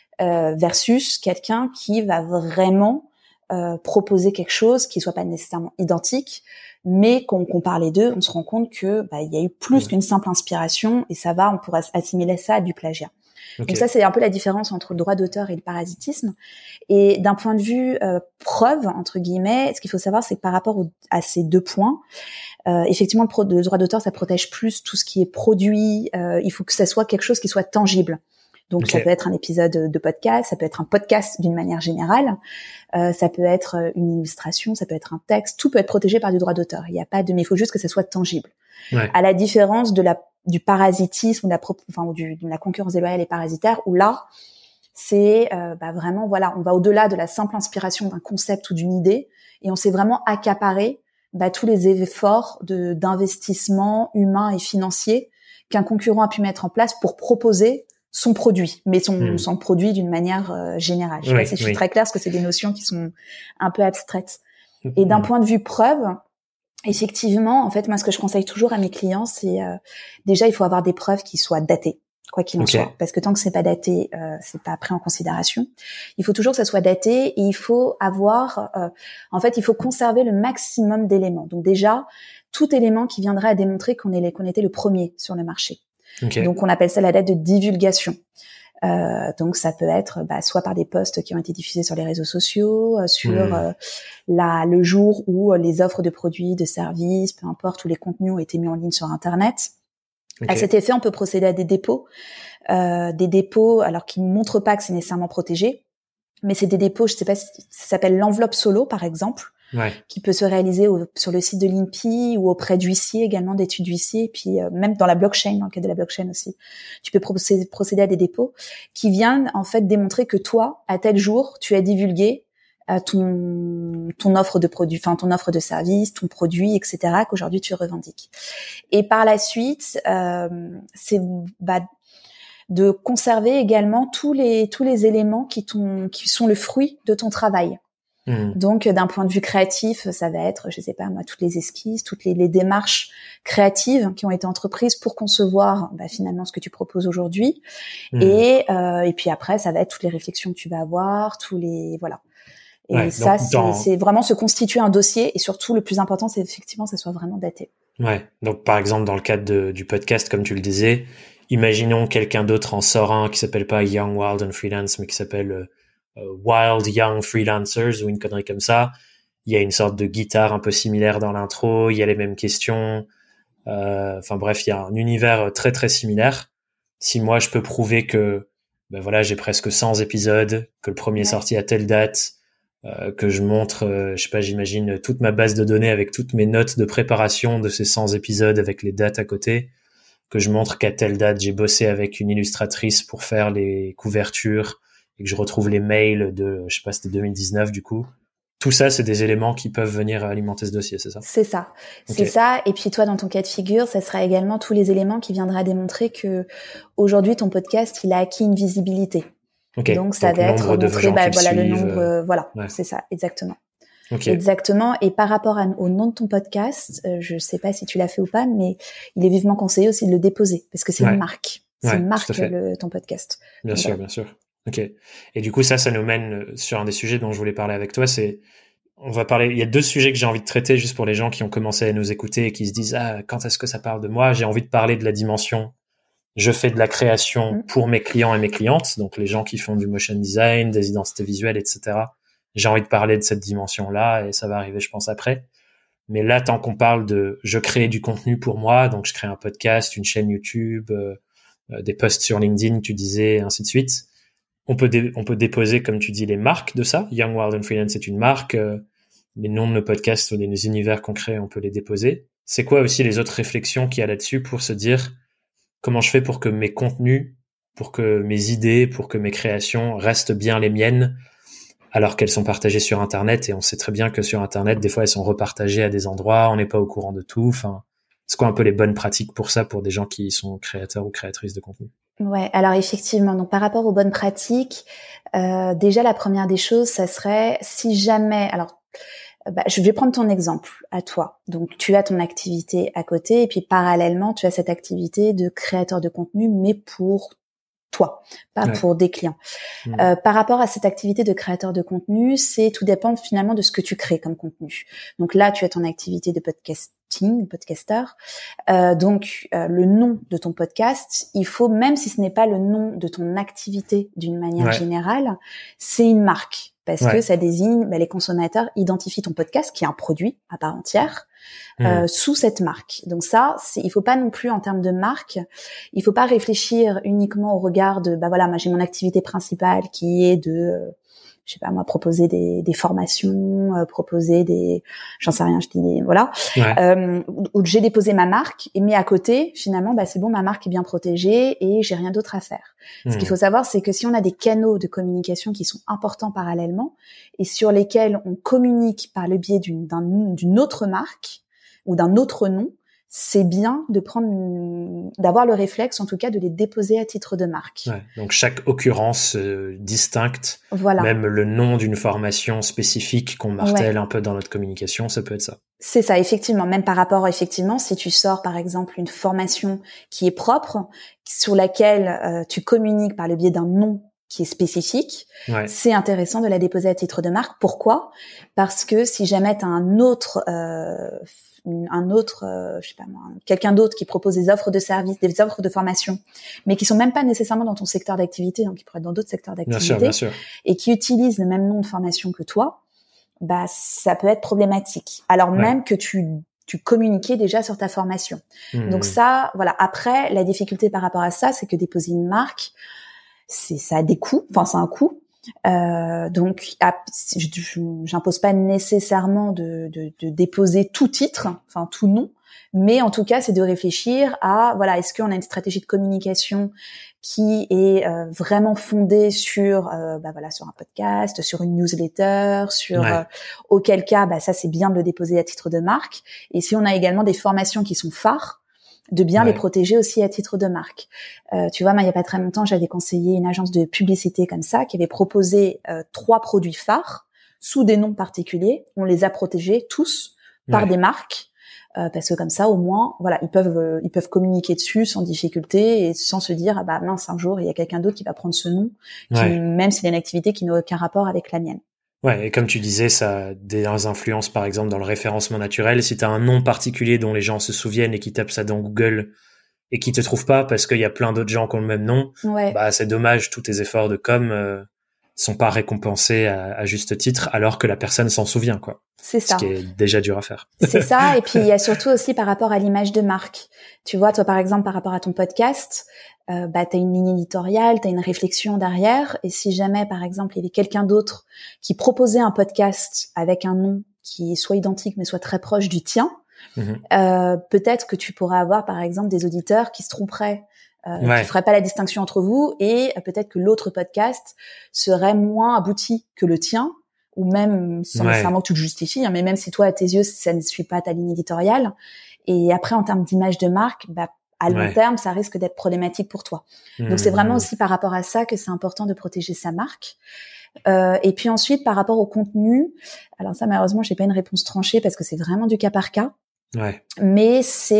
versus quelqu'un qui va vraiment proposer quelque chose qui soit pas nécessairement identique, mais quand on compare les deux, on se rend compte que il y a eu plus qu'une simple inspiration et on pourrait assimiler ça à du plagiat. Okay. Donc ça, c'est un peu la différence entre le droit d'auteur et le parasitisme. Et d'un point de vue preuve, entre guillemets, ce qu'il faut savoir, c'est que par rapport à ces deux points, effectivement, le droit d'auteur, ça protège plus tout ce qui est produit. Il faut que ça soit quelque chose qui soit tangible. Donc ça peut être un épisode de podcast, ça peut être un podcast d'une manière générale, ça peut être une illustration, ça peut être un texte, tout peut être protégé par du droit d'auteur. Il y a pas de, mais il faut juste que ça soit tangible. Ouais. À la différence du parasitisme ou de la concurrence déloyale et parasitaire, où là c'est vraiment on va au-delà de la simple inspiration d'un concept ou d'une idée et on s'est vraiment accaparé tous les efforts d'investissement humain et financier qu'un concurrent a pu mettre en place pour proposer son produit, mais son produit d'une manière générale. Je sais pas si je suis très claire, parce que c'est des notions qui sont un peu abstraites. Et d'un point de vue preuve, effectivement, en fait, moi, ce que je conseille toujours à mes clients, c'est déjà, il faut avoir des preuves qui soient datées, quoi qu'il en soit, parce que tant que c'est pas daté, c'est pas pris en considération. Il faut toujours que ça soit daté et il faut avoir, en fait, il faut conserver le maximum d'éléments. Donc déjà, tout élément qui viendrait à démontrer qu'on était le premier sur le marché. Donc on appelle ça la date de divulgation. Donc ça peut être soit par des posts qui ont été diffusés sur les réseaux sociaux, sur le jour où les offres de produits, de services, peu importe, où les contenus ont été mis en ligne sur Internet. À cet effet, on peut procéder à des dépôts alors qui ne montrent pas que c'est nécessairement protégé, mais c'est des dépôts, je sais pas si ça s'appelle l'enveloppe solo par exemple, qui peut se réaliser sur le site de l'INPI ou auprès d'huissiers également, d'études d'huissiers, et puis même dans la blockchain, dans le cas de la blockchain aussi, tu peux procéder à des dépôts qui viennent en fait démontrer que toi, à tel jour, tu as divulgué ton offre de produit, enfin ton offre de service, ton produit, etc., qu'aujourd'hui tu revendiques. Et par la suite, c'est de conserver également tous les éléments qui sont le fruit de ton travail. Donc, d'un point de vue créatif, ça va être, je sais pas moi, toutes les esquisses, toutes les démarches créatives qui ont été entreprises pour concevoir finalement ce que tu proposes aujourd'hui. Et puis après, ça va être toutes les réflexions que tu vas avoir, voilà. Et ça, c'est vraiment se constituer un dossier. Et surtout, le plus important, c'est effectivement que ça soit vraiment daté. Ouais. Donc, par exemple, dans le cadre du podcast, comme tu le disais, imaginons quelqu'un d'autre en sort un qui s'appelle pas Young, Wild and Freelance, mais qui s'appelle Wild Young Freelancers ou une connerie comme ça. Il y a une sorte de guitare un peu similaire dans l'intro. Il y a les mêmes questions. Enfin bref, il y a un univers très très similaire. Si moi, je peux prouver que j'ai presque 100 épisodes, que le premier est sorti à telle date, que je montre, je sais pas, j'imagine toute ma base de données avec toutes mes notes de préparation de ces 100 épisodes avec les dates à côté, que je montre qu'à telle date, j'ai bossé avec une illustratrice pour faire les couvertures et que je retrouve les mails de, je sais pas, c'était 2019 du coup. Tout ça, c'est des éléments qui peuvent venir alimenter ce dossier, c'est ça? C'est ça. C'est ça. Et puis toi, dans ton cas de figure, ça sera également tous les éléments qui viendraient démontrer que aujourd'hui, ton podcast, il a acquis une visibilité. Donc ça va être montrer le nombre, c'est ça, exactement. Exactement. Et par rapport au nom de ton podcast, je sais pas si tu l'as fait ou pas, mais il est vivement conseillé aussi de le déposer parce que c'est une marque. C'est une marque, ton podcast. Bien sûr. Ok. Et du coup, ça nous mène sur un des sujets dont je voulais parler avec toi. On va parler, il y a 2 sujets que j'ai envie de traiter juste pour les gens qui ont commencé à nous écouter et qui se disent, quand est-ce que ça parle de moi? J'ai envie de parler de la dimension. Je fais de la création pour mes clients et mes clientes. Donc, les gens qui font du motion design, des identités visuelles, etc. J'ai envie de parler de cette dimension-là et ça va arriver, je pense, après. Mais là, tant qu'on parle de, je crée du contenu pour moi, donc je crée un podcast, une chaîne YouTube, des posts sur LinkedIn, tu disais, ainsi de suite. On peut déposer, comme tu dis, les marques de ça. Young, Wild and Freelance, c'est une marque. Les noms de nos podcasts ou des univers qu'on crée, on peut les déposer. C'est quoi aussi les autres réflexions qu'il y a là-dessus pour se dire comment je fais pour que mes contenus, pour que mes idées, pour que mes créations restent bien les miennes alors qu'elles sont partagées sur Internet. Et on sait très bien que sur Internet, des fois, elles sont repartagées à des endroits, on n'est pas au courant de tout. Enfin, c'est quoi un peu les bonnes pratiques pour ça, pour des gens qui sont créateurs ou créatrices de contenu? Ouais, alors effectivement, donc par rapport aux bonnes pratiques, déjà la première des choses, ça serait si jamais, je vais prendre ton exemple à toi. Donc tu as ton activité à côté et puis parallèlement tu as cette activité de créateur de contenu, mais pour toi, pas pour des clients. Par rapport à cette activité de créateur de contenu, tout dépend finalement de ce que tu crées comme contenu. Donc là, tu as ton activité de podcasteur. Donc le nom de ton podcast, il faut, même si ce n'est pas le nom de ton activité d'une manière générale, c'est une marque. Parce que ça désigne, les consommateurs identifient ton podcast, qui est un produit à part entière, sous cette marque. Donc ça, il faut pas non plus en termes de marque, il faut pas réfléchir uniquement au regard de voilà, moi j'ai mon activité principale qui est de je sais pas moi, proposer des formations, proposer j'en sais rien, je dis voilà, où j'ai déposé ma marque, mais à côté finalement c'est bon, ma marque est bien protégée et j'ai rien d'autre à faire. Ce qu'il faut savoir, c'est que si on a des canaux de communication qui sont importants parallèlement et sur lesquels on communique par le biais d'une autre marque ou d'un autre nom, c'est bien d'avoir le réflexe, en tout cas, de les déposer à titre de marque. Ouais, donc chaque occurrence distincte, voilà. Même le nom d'une formation spécifique qu'on martèle un peu dans notre communication, ça peut être ça. C'est ça, effectivement. Même par rapport, effectivement, si tu sors, par exemple, une formation qui est propre, sur laquelle tu communiques par le biais d'un nom qui est spécifique, c'est intéressant de la déposer à titre de marque. Pourquoi ? Parce que si jamais tu as je sais pas moi, quelqu'un d'autre qui propose des offres de services, des offres de formation, mais qui sont même pas nécessairement dans ton secteur d'activité, donc qui pourraient être dans d'autres secteurs d'activité, bien sûr. Et qui utilisent le même nom de formation que toi, ça peut être problématique. Alors même que tu communiquais déjà sur ta formation. Donc ça, voilà. Après, la difficulté par rapport à ça, c'est que déposer une marque, ça a des coûts, c'est un coût. Donc, j'impose pas nécessairement de déposer tout titre, tout nom, mais en tout cas, c'est de réfléchir à, voilà, est-ce qu'on a une stratégie de communication qui est vraiment fondée sur, sur un podcast, sur une newsletter, auquel cas, ça c'est bien de le déposer à titre de marque. Et si on a également des formations qui sont phares, de bien les protéger aussi à titre de marque. Tu vois, moi, il y a pas très longtemps, j'avais conseillé une agence de publicité comme ça, qui avait proposé 3 produits phares sous des noms particuliers. On les a protégés tous par des marques, parce que comme ça, au moins, voilà, ils peuvent communiquer dessus sans difficulté et sans se dire, mince, un jour, il y a quelqu'un d'autre qui va prendre ce nom, même s'il y a une activité qui n'a aucun rapport avec la mienne. Ouais, et comme tu disais, ça a des influences, par exemple, dans le référencement naturel. Si tu as un nom particulier dont les gens se souviennent et qui tapent ça dans Google et qui te trouvent pas parce qu'il y a plein d'autres gens qui ont le même nom, c'est dommage, tous tes efforts de com sont pas récompensés à juste titre, alors que la personne s'en souvient, quoi. C'est ça. Ce qui est déjà dur à faire. C'est ça. Et puis, il y a surtout aussi par rapport à l'image de marque. Tu vois, toi, par exemple, par rapport à ton podcast, t'as une ligne éditoriale, t'as une réflexion derrière. Et si jamais, par exemple, il y avait quelqu'un d'autre qui proposait un podcast avec un nom qui est soit identique, mais soit très proche du tien, peut-être que tu pourrais avoir, par exemple, des auditeurs qui se tromperaient, qui feraient pas la distinction entre vous, et peut-être que l'autre podcast serait moins abouti que le tien, ou même sans nécessairement que tu le justifies, mais même si toi, à tes yeux, ça ne suit pas ta ligne éditoriale. Et après, en termes d'image de marque, à long terme, ça risque d'être problématique pour toi. Donc, c'est vraiment aussi par rapport à ça que c'est important de protéger sa marque. Et puis ensuite, par rapport au contenu, alors ça, malheureusement, j'ai pas une réponse tranchée parce que c'est vraiment du cas par cas. Mais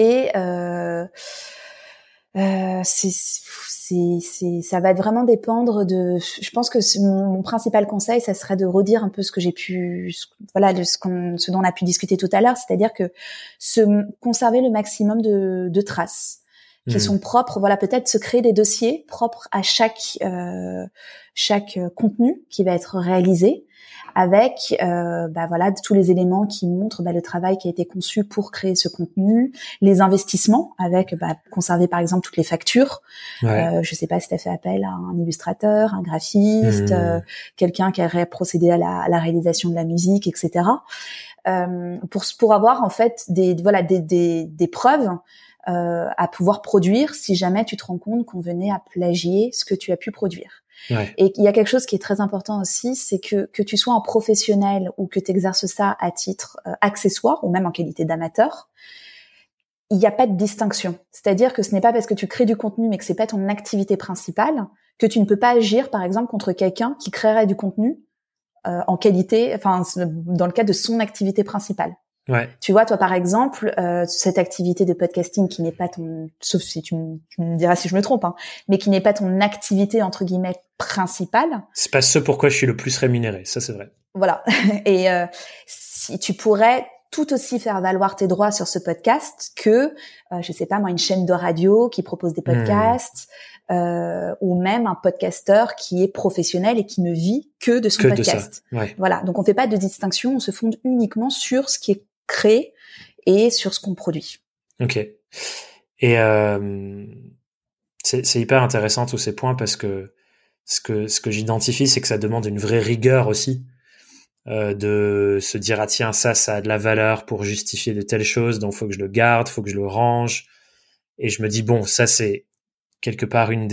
ça va vraiment dépendre de. Je pense que mon principal conseil, ça serait de redire un peu ce que j'ai pu, ce dont on a pu discuter tout à l'heure, c'est-à-dire que conserver le maximum de traces qui sont propres. Voilà, peut-être se créer des dossiers propres à chaque contenu qui va être réalisé, avec tous les éléments qui montrent le travail qui a été conçu pour créer ce contenu, les investissements, avec conserver par exemple toutes les factures. Je sais pas si tu as fait appel à un illustrateur, un graphiste, quelqu'un qui aurait procédé à la réalisation de la musique, etc. Pour avoir en fait des preuves à pouvoir produire si jamais tu te rends compte qu'on venait à plagier ce que tu as pu produire. Et il y a quelque chose qui est très important aussi, c'est que tu sois un professionnel ou que tu exerces ça à titre accessoire ou même en qualité d'amateur, il n'y a pas de distinction. C'est-à-dire que ce n'est pas parce que tu crées du contenu mais que c'est pas ton activité principale que tu ne peux pas agir, par exemple, contre quelqu'un qui créerait du contenu en qualité, dans le cadre de son activité principale. Tu vois, toi, par exemple, cette activité de podcasting qui n'est pas sauf si tu me diras si je me trompe, mais qui n'est pas ton activité, entre guillemets, principale. C'est pas ce pourquoi je suis le plus rémunéré, ça c'est vrai. Voilà. Et si tu pourrais tout aussi faire valoir tes droits sur ce podcast que, je sais pas moi, une chaîne de radio qui propose des podcasts, ou même un podcasteur qui est professionnel et qui ne vit que de son podcast. De ça. Voilà. Donc on fait pas de distinction, on se fonde uniquement sur ce qui est créé et sur ce qu'on produit. Ok. Et c'est hyper intéressant tous ces points parce que ce que j'identifie, c'est que ça demande une vraie rigueur aussi, de se dire ah tiens ça a de la valeur pour justifier de telles choses, donc faut que je le garde, faut que je le range. Et je me dis bon, ça c'est quelque part un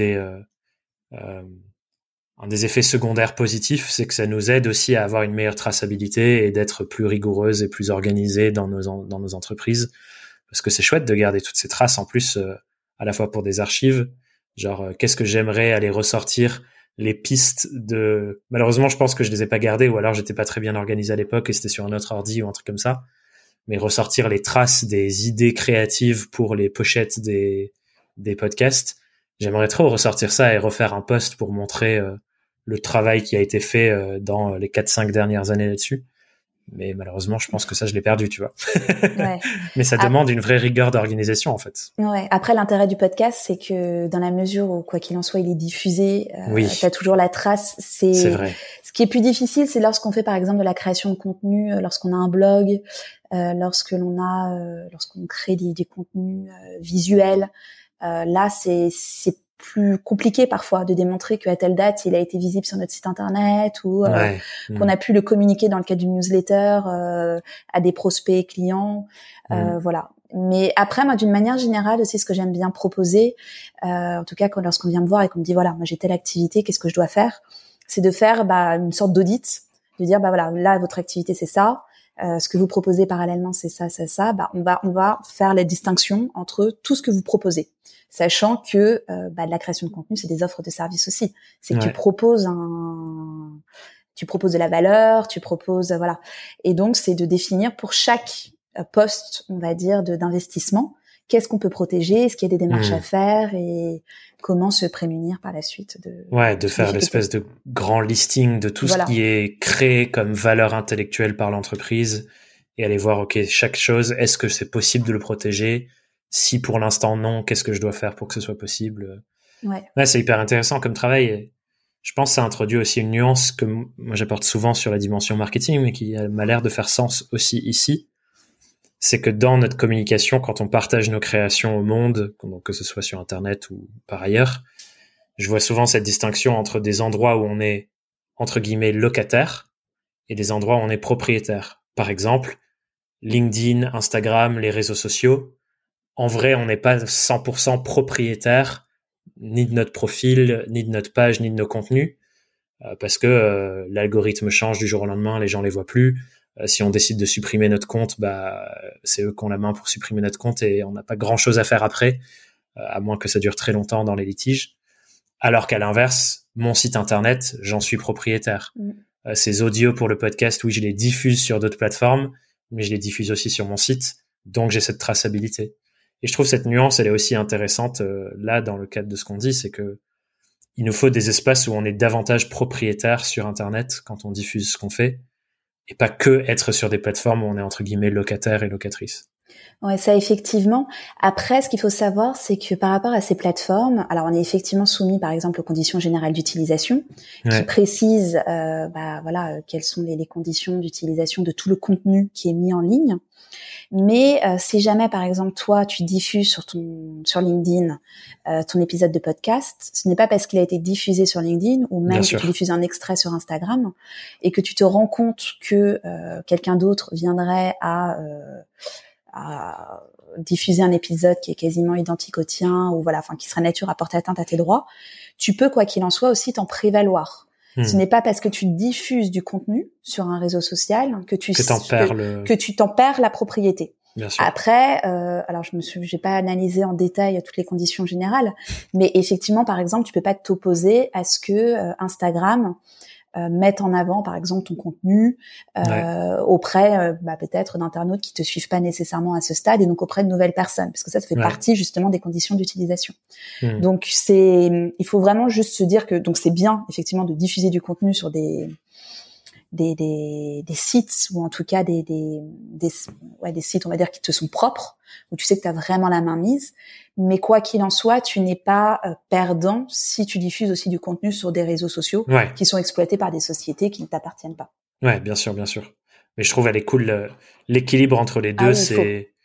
des effets secondaires positifs, c'est que ça nous aide aussi à avoir une meilleure traçabilité et d'être plus rigoureuse et plus organisée dans nos entreprises. Parce que c'est chouette de garder toutes ces traces en plus, à la fois pour des archives. Genre, qu'est-ce que j'aimerais aller ressortir les pistes de... Malheureusement, je pense que je les ai pas gardées ou alors j'étais pas très bien organisé à l'époque et c'était sur un autre ordi ou un truc comme ça. Mais ressortir les traces des idées créatives pour les pochettes des podcasts. J'aimerais trop ressortir ça et refaire un post pour montrer le travail qui a été fait dans les 4-5 dernières années là-dessus. Mais malheureusement, je pense que ça, je l'ai perdu, tu vois. Ouais. Mais ça demande une vraie rigueur d'organisation, en fait. Ouais. Après, l'intérêt du podcast, c'est que dans la mesure où, quoi qu'il en soit, il est diffusé, oui. t'as toujours la trace. C'est vrai. Ce qui est plus difficile, c'est lorsqu'on fait, par exemple, de la création de contenu, lorsqu'on a un blog, lorsqu'on crée des contenus visuels. Là, c'est plus compliqué parfois de démontrer qu'à telle date il a été visible sur notre site internet ou qu'on a pu le communiquer dans le cadre d'une newsletter à des prospects et clients. Voilà. Mais après, moi, d'une manière générale aussi, ce que j'aime bien proposer, en tout cas lorsqu'on vient me voir et qu'on me dit voilà, moi j'ai telle activité, qu'est-ce que je dois faire, c'est de faire une sorte d'audit, de dire voilà, là votre activité c'est ça. Ce que vous proposez parallèlement, c'est ça. On va faire la distinction entre tout ce que vous proposez, sachant que la création de contenu, c'est des offres de services aussi. C'est que tu proposes de la valeur, tu proposes voilà. Et donc c'est de définir pour chaque poste, on va dire, d'investissement, qu'est-ce qu'on peut protéger, est-ce qu'il y a des démarches à faire et comment se prémunir par la suite de faire l'espèce de grand listing de tout ce qui est créé comme valeur intellectuelle par l'entreprise et aller voir, ok, chaque chose, est-ce que c'est possible de le protéger? Si pour l'instant non, qu'est-ce que je dois faire pour que ce soit possible? Ouais, c'est hyper intéressant comme travail. Et je pense que ça introduit aussi une nuance que moi j'apporte souvent sur la dimension marketing, mais qui m'a l'air de faire sens aussi ici. C'est que dans notre communication, quand on partage nos créations au monde, donc que ce soit sur Internet ou par ailleurs, je vois souvent cette distinction entre des endroits où on est, entre guillemets, locataire et des endroits où on est propriétaire. Par exemple, LinkedIn, Instagram, les réseaux sociaux. En vrai, on n'est pas 100% propriétaire ni de notre profil, ni de notre page, ni de nos contenus, parce que l'algorithme change du jour au lendemain, les gens les voient plus. Si on décide de supprimer notre compte, c'est eux qui ont la main pour supprimer notre compte et on n'a pas grand-chose à faire après, à moins que ça dure très longtemps dans les litiges. Alors qu'à l'inverse, mon site internet, j'en suis propriétaire. Ces audios pour le podcast, oui, je les diffuse sur d'autres plateformes, mais je les diffuse aussi sur mon site, donc j'ai cette traçabilité. Et je trouve cette nuance, elle est aussi intéressante là dans le cadre de ce qu'on dit, c'est que il nous faut des espaces où on est davantage propriétaire sur internet quand on diffuse ce qu'on fait. Et pas que être sur des plateformes où on est entre guillemets locataire et locatrice. Ouais, ça effectivement. Après, ce qu'il faut savoir, c'est que par rapport à ces plateformes, alors on est effectivement soumis, par exemple, aux conditions générales d'utilisation, qui précisent, quelles sont les conditions d'utilisation de tout le contenu qui est mis en ligne. Mais si jamais, par exemple, toi, tu diffuses sur LinkedIn ton épisode de podcast, ce n'est pas parce qu'il a été diffusé sur LinkedIn ou même que tu diffuses un extrait sur Instagram et que tu te rends compte que quelqu'un d'autre viendrait à diffuser un épisode qui est quasiment identique au tien ou qui serait nature à porter atteinte à tes droits, tu peux, quoi qu'il en soit, aussi t'en prévaloir. Ce n'est pas parce que tu diffuses du contenu sur un réseau social que tu t'en perds la propriété. Bien sûr. Après, alors j'ai pas analysé en détail toutes les conditions générales, mais effectivement, par exemple, tu peux pas t'opposer à ce que Instagram mette en avant, par exemple, ton contenu auprès peut-être d'internautes qui te suivent pas nécessairement à ce stade et donc auprès de nouvelles personnes, parce que ça fait partie justement des conditions d'utilisation. Donc il faut vraiment juste se dire que donc c'est bien effectivement de diffuser du contenu sur des sites ou en tout cas des sites, on va dire, qui te sont propres, où tu sais que tu as vraiment la main mise. Mais quoi qu'il en soit, tu n'es pas perdant si tu diffuses aussi du contenu sur des réseaux sociaux qui sont exploités par des sociétés qui ne t'appartiennent pas. Ouais, bien sûr, bien sûr. Mais je trouve elle est cool l'équilibre entre les deux,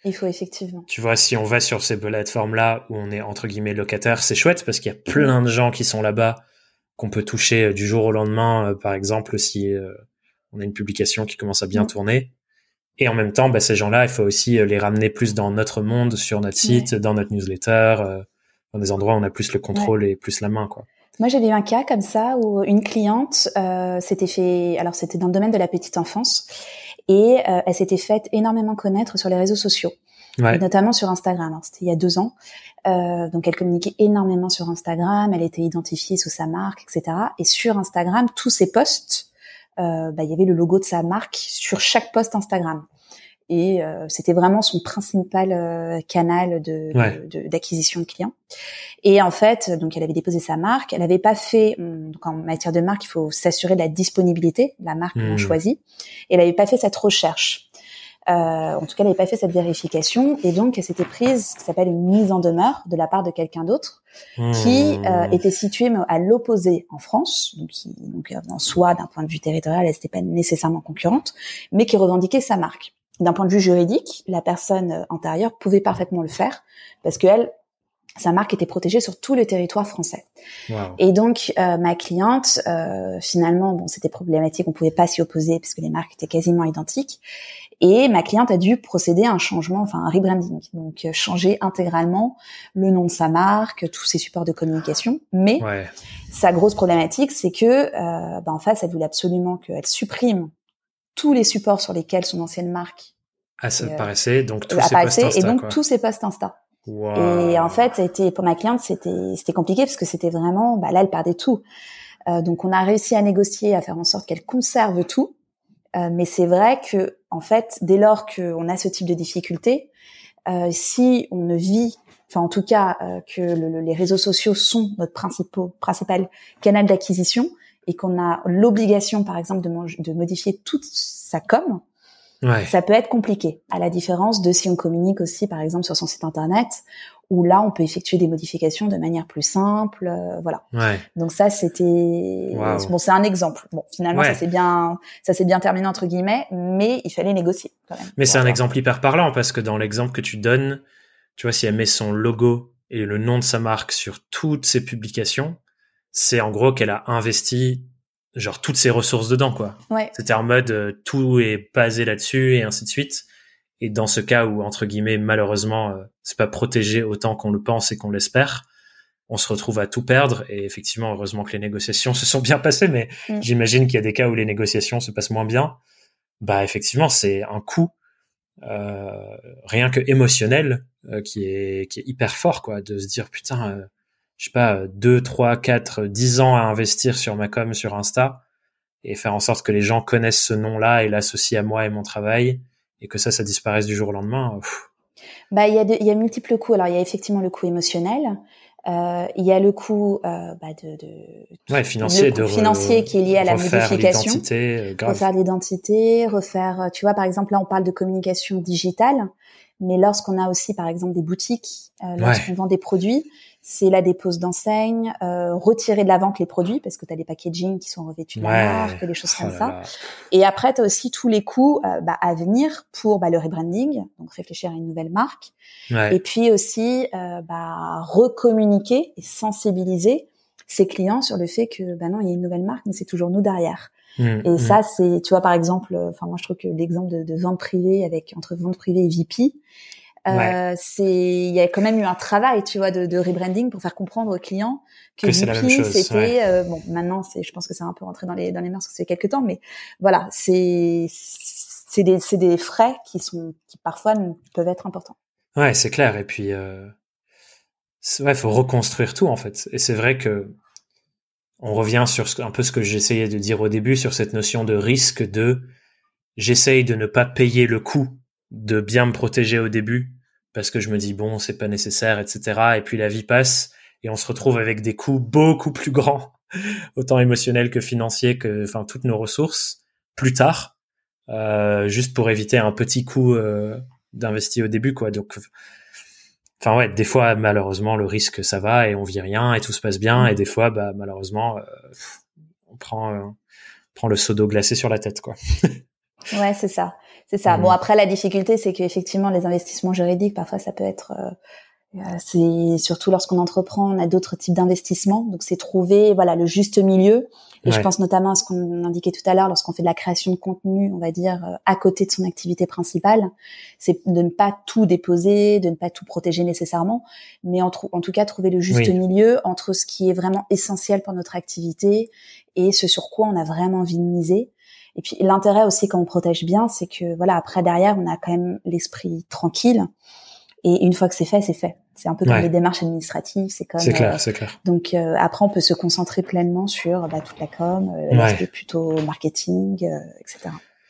Il faut effectivement. Tu vois, si on va sur ces plateformes-là où on est entre guillemets locataire, c'est chouette parce qu'il y a plein de gens qui sont là-bas qu'on peut toucher du jour au lendemain, par exemple, si on a une publication qui commence à bien tourner. Et en même temps, bah, ces gens-là, il faut aussi les ramener plus dans notre monde, sur notre site, dans notre newsletter, dans des endroits où on a plus le contrôle et plus la main, quoi. Moi, j'avais eu un cas comme ça où une cliente s'était fait... Alors, c'était dans le domaine de la petite enfance. Et elle s'était faite énormément connaître sur les réseaux sociaux. Et notamment sur Instagram. Alors, c'était il y a 2 ans. Donc, elle communiquait énormément sur Instagram. Elle était identifiée sous sa marque, etc. Et sur Instagram, tous ses posts, il y avait le logo de sa marque sur chaque post Instagram. Et c'était vraiment son principal canal d'acquisition de clients. Et en fait, donc elle avait déposé sa marque. Elle n'avait pas fait, donc en matière de marque, il faut s'assurer de la disponibilité de la marque qu'on choisit. Et elle n'avait pas fait cette recherche. En tout cas, elle n'avait pas fait cette vérification. Et donc, elle s'était prise ce qui s'appelle une mise en demeure de la part de quelqu'un d'autre qui était situé à l'opposé en France. Donc en soi, d'un point de vue territorial, elle n'était pas nécessairement concurrente, mais qui revendiquait sa marque. D'un point de vue juridique, la personne antérieure pouvait parfaitement le faire parce que sa marque était protégée sur tout le territoire français. Wow. Et donc, ma cliente, finalement, bon, c'était problématique, on pouvait pas s'y opposer parce que les marques étaient quasiment identiques. Et ma cliente a dû procéder à un changement, enfin un rebranding, donc changer intégralement le nom de sa marque, tous ses supports de communication. Mais sa grosse problématique, c'est que, en face, elle voulait absolument qu'elle supprime tous les supports sur lesquels son ancienne marque apparaissait, donc tous ses posts Insta, et donc tous ses posts Insta. Wow. Et en fait, pour ma cliente, c'était compliqué parce que c'était vraiment, là, elle perdait tout. Donc, on a réussi à négocier, à faire en sorte qu'elle conserve tout. Mais c'est vrai que, en fait, dès lors qu'on a ce type de difficulté, si on ne vit, enfin, en tout cas, que les réseaux sociaux sont notre principal canal d'acquisition, et qu'on a l'obligation, par exemple, de modifier toute sa com, ça peut être compliqué. À la différence de si on communique aussi, par exemple, sur son site internet, où là, on peut effectuer des modifications de manière plus simple, voilà. Donc ça, c'était, bon, c'est un exemple. Bon, finalement, ça s'est bien terminé entre guillemets, mais il fallait négocier quand même. Mais c'est un exemple hyper parlant parce que dans l'exemple que tu donnes, tu vois, si elle met son logo et le nom de sa marque sur toutes ses publications, c'est en gros qu'elle a investi genre toutes ses ressources dedans, quoi. C'était en mode tout est basé là-dessus et ainsi de suite. Et dans ce cas où, entre guillemets, malheureusement, c'est pas protégé autant qu'on le pense et qu'on l'espère, on se retrouve à tout perdre. Et effectivement, heureusement que les négociations se sont bien passées, mais j'imagine qu'il y a des cas où les négociations se passent moins bien. Bah, effectivement, c'est un coût rien que émotionnel qui est hyper fort, quoi, de se dire putain, je sais pas, 2, 3, 4, 10 ans à investir sur ma com sur Insta et faire en sorte que les gens connaissent ce nom-là et l'associent à moi et mon travail et que ça disparaisse du jour au lendemain. Il y a multiples coûts. Alors, il y a effectivement le coût émotionnel. Il y a le coût financier qui est lié à la modification, refaire l'identité, tu vois, par exemple, là on parle de communication digitale, mais lorsqu'on a aussi par exemple des boutiques, lorsqu'on vend des produits, c'est la dépose d'enseigne, retirer de la vente les produits parce que tu as des packaging qui sont revêtus de la marque, des choses comme ça. Et après tu as aussi tous les coûts à venir pour le rebranding, donc réfléchir à une nouvelle marque. Et puis aussi recommuniquer et sensibiliser ses clients sur le fait que non, il y a une nouvelle marque mais c'est toujours nous derrière. Et ça c'est, tu vois, par exemple, moi je trouve que l'exemple de vente privée entre vente privée et VP, il y a quand même eu un travail, tu vois, de rebranding pour faire comprendre aux clients que c'est la même chose, c'était bon, maintenant je pense que c'est un peu rentré dans les mœurs parce que c'est quelques temps, mais voilà, c'est des frais qui parfois peuvent être importants. Ouais, c'est clair. Et puis faut reconstruire tout en fait. Et c'est vrai que on revient sur un peu ce que j'essayais de dire au début sur cette notion de risque j'essaye de ne pas payer le coût de bien me protéger au début parce que je me dis bon, c'est pas nécessaire, etc. Et puis la vie passe et on se retrouve avec des coûts beaucoup plus grands, autant émotionnels que financiers, que toutes nos ressources plus tard, juste pour éviter un petit coût d'investi au début, quoi. Donc des fois malheureusement le risque ça va et on vit rien et tout se passe bien, et des fois malheureusement on prend le seau d'eau glacée sur la tête, quoi. Ouais, c'est ça. C'est ça. Bon, après, la difficulté, c'est qu'effectivement, les investissements juridiques, parfois, ça peut être... c'est surtout lorsqu'on entreprend, on a d'autres types d'investissements. Donc, c'est trouver voilà le juste milieu. Et je pense notamment à ce qu'on indiquait tout à l'heure, lorsqu'on fait de la création de contenu, on va dire, à côté de son activité principale, c'est de ne pas tout déposer, de ne pas tout protéger nécessairement, mais en tout cas, trouver le juste milieu entre ce qui est vraiment essentiel pour notre activité et ce sur quoi on a vraiment envie de miser. Et puis, l'intérêt aussi quand on protège bien, c'est que, voilà, après, derrière, on a quand même l'esprit tranquille. Et une fois que c'est fait, c'est fait. C'est un peu comme les démarches administratives. C'est comme. C'est clair, c'est clair. Donc après, on peut se concentrer pleinement sur toute la com, l'aspect plutôt marketing, etc.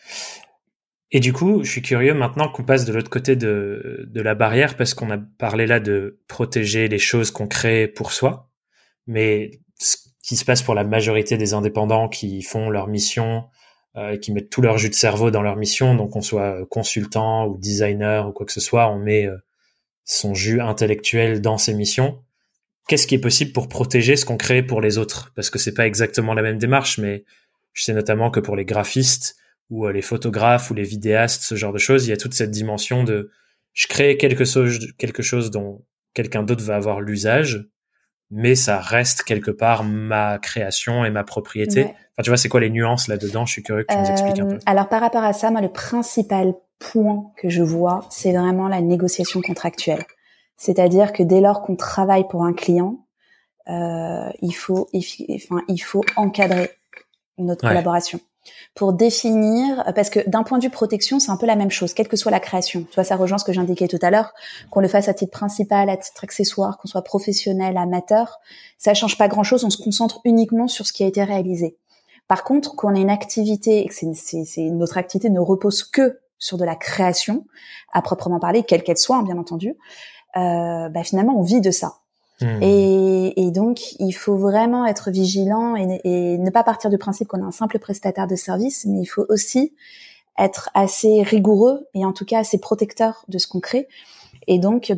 Et du coup, je suis curieux maintenant qu'on passe de l'autre côté de la barrière, parce qu'on a parlé là de protéger les choses qu'on crée pour soi, mais ce qui se passe pour la majorité des indépendants qui font leur mission, qui mettent tout leur jus de cerveau dans leur mission, donc qu'on soit consultant ou designer ou quoi que ce soit, on met son jus intellectuel dans ses missions. Qu'est-ce qui est possible pour protéger ce qu'on crée pour les autres? Parce que c'est pas exactement la même démarche, mais je sais notamment que pour les graphistes ou les photographes ou les vidéastes, ce genre de choses, il y a toute cette dimension de je crée quelque chose dont quelqu'un d'autre va avoir l'usage, mais ça reste quelque part ma création et ma propriété. Enfin, tu vois, c'est quoi les nuances là-dedans? Je suis curieux que tu nous expliques un peu. Alors, par rapport à ça, moi, le principal point que je vois, c'est vraiment la négociation contractuelle. C'est-à-dire que dès lors qu'on travaille pour un client, il faut encadrer notre collaboration pour définir, parce que d'un point de vue protection, c'est un peu la même chose, quelle que soit la création. Tu vois, ça rejoint ce que j'indiquais tout à l'heure, qu'on le fasse à titre principal, à titre accessoire, qu'on soit professionnel, amateur, ça change pas grand-chose, on se concentre uniquement sur ce qui a été réalisé. Par contre, quand on a une activité et que notre activité ne repose que sur de la création, à proprement parler, quelle qu'elle soit, bien entendu, finalement, on vit de ça. Et donc, il faut vraiment être vigilant et ne pas partir du principe qu'on est un simple prestataire de service, mais il faut aussi être assez rigoureux et en tout cas assez protecteur de ce qu'on crée. Et donc,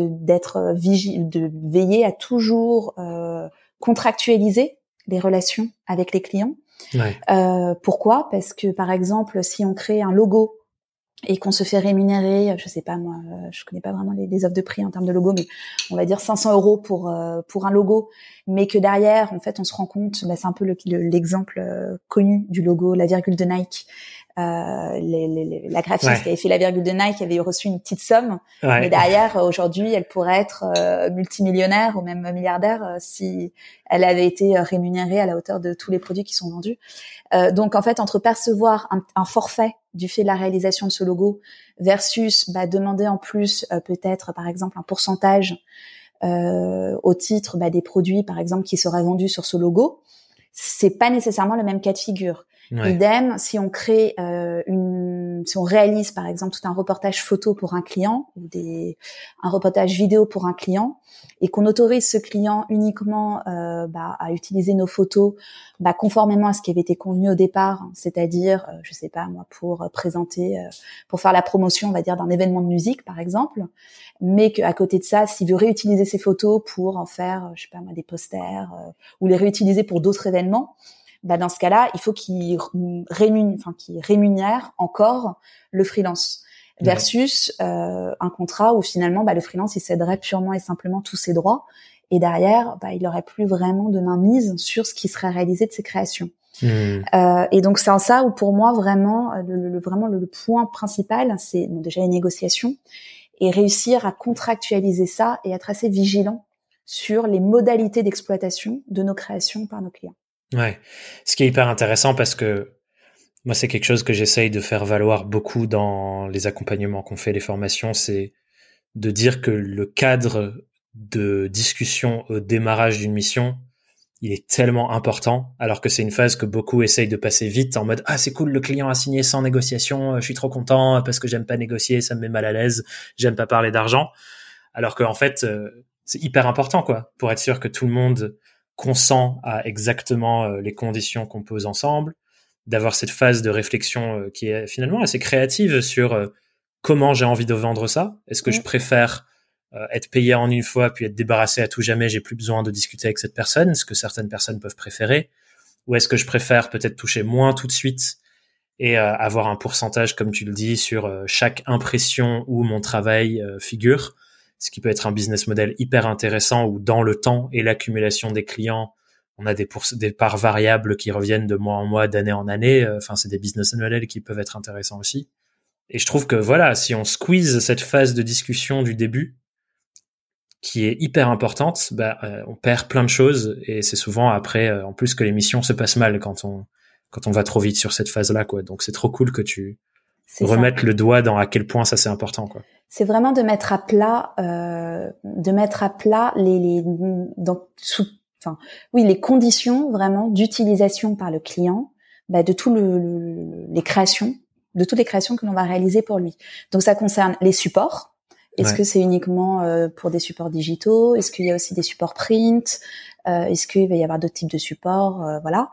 de veiller à toujours contractualiser les relations avec les clients. Pourquoi? Parce que, par exemple, si on crée un logo et qu'on se fait rémunérer, je sais pas moi, je connais pas vraiment les offres de prix en termes de logo, mais on va dire 500 € pour un logo, mais que derrière, en fait, on se rend compte, c'est un peu l'exemple connu du logo, la virgule de Nike. La graphiste qui avait fait la virgule de Nike avait reçu une petite somme, mais derrière, aujourd'hui, elle pourrait être multimillionnaire ou même milliardaire si elle avait été rémunérée à la hauteur de tous les produits qui sont vendus. Donc, en fait, entre percevoir un forfait du fait de la réalisation de ce logo versus demander en plus peut-être, par exemple, un pourcentage au titre des produits, par exemple, qui seraient vendus sur ce logo, c'est pas nécessairement le même cas de figure. Idem, si on crée si on réalise par exemple tout un reportage photo pour un client ou un reportage vidéo pour un client et qu'on autorise ce client uniquement à utiliser nos photos conformément à ce qui avait été convenu au départ, c'est-à-dire je sais pas moi pour présenter pour faire la promotion on va dire d'un événement de musique par exemple, mais qu'à côté de ça s'il veut réutiliser ces photos pour en faire je sais pas moi des posters ou les réutiliser pour d'autres événements, dans ce cas-là, il faut qu'il rémunère encore le freelance versus un contrat où finalement le freelance il céderait purement et simplement tous ses droits et derrière il n'aurait plus vraiment de mainmise sur ce qui serait réalisé de ses créations. Et donc c'est en ça où pour moi vraiment le point principal c'est déjà les négociations et réussir à contractualiser ça et être assez vigilant sur les modalités d'exploitation de nos créations par nos clients. Ouais, ce qui est hyper intéressant parce que moi, c'est quelque chose que j'essaye de faire valoir beaucoup dans les accompagnements qu'on fait, les formations, c'est de dire que le cadre de discussion au démarrage d'une mission, il est tellement important, alors que c'est une phase que beaucoup essayent de passer vite en mode « Ah, c'est cool, le client a signé sans négociation, je suis trop content parce que j'aime pas négocier, ça me met mal à l'aise, j'aime pas parler d'argent. » Alors qu'en fait, c'est hyper important, quoi, pour être sûr que tout le monde consent à exactement les conditions qu'on pose ensemble, d'avoir cette phase de réflexion qui est finalement assez créative sur comment j'ai envie de vendre ça. Est-ce que je préfère être payé en une fois puis être débarrassé à tout jamais, j'ai plus besoin de discuter avec cette personne, ce que certaines personnes peuvent préférer, ou est-ce que je préfère peut-être toucher moins tout de suite et avoir un pourcentage, comme tu le dis, sur chaque impression où mon travail figure, ce qui peut être un business model hyper intéressant où dans le temps et l'accumulation des clients, on a des parts variables qui reviennent de mois en mois, d'année en année. Enfin, c'est des business models qui peuvent être intéressants aussi. Et je trouve que voilà, si on squeeze cette phase de discussion du début, qui est hyper importante, on perd plein de choses et c'est souvent après, en plus que l'émission se passe mal quand on va trop vite sur cette phase-là, quoi. Donc c'est trop cool que tu remettes le doigt dans à quel point ça c'est important, quoi. C'est vraiment de mettre à plat, les conditions vraiment d'utilisation par le client, de toutes les créations que l'on va réaliser pour lui. Donc ça concerne les supports. Est-ce que c'est uniquement pour des supports digitaux? Est-ce qu'il y a aussi des supports print? Est-ce qu'il va y avoir d'autres types de supports? Voilà.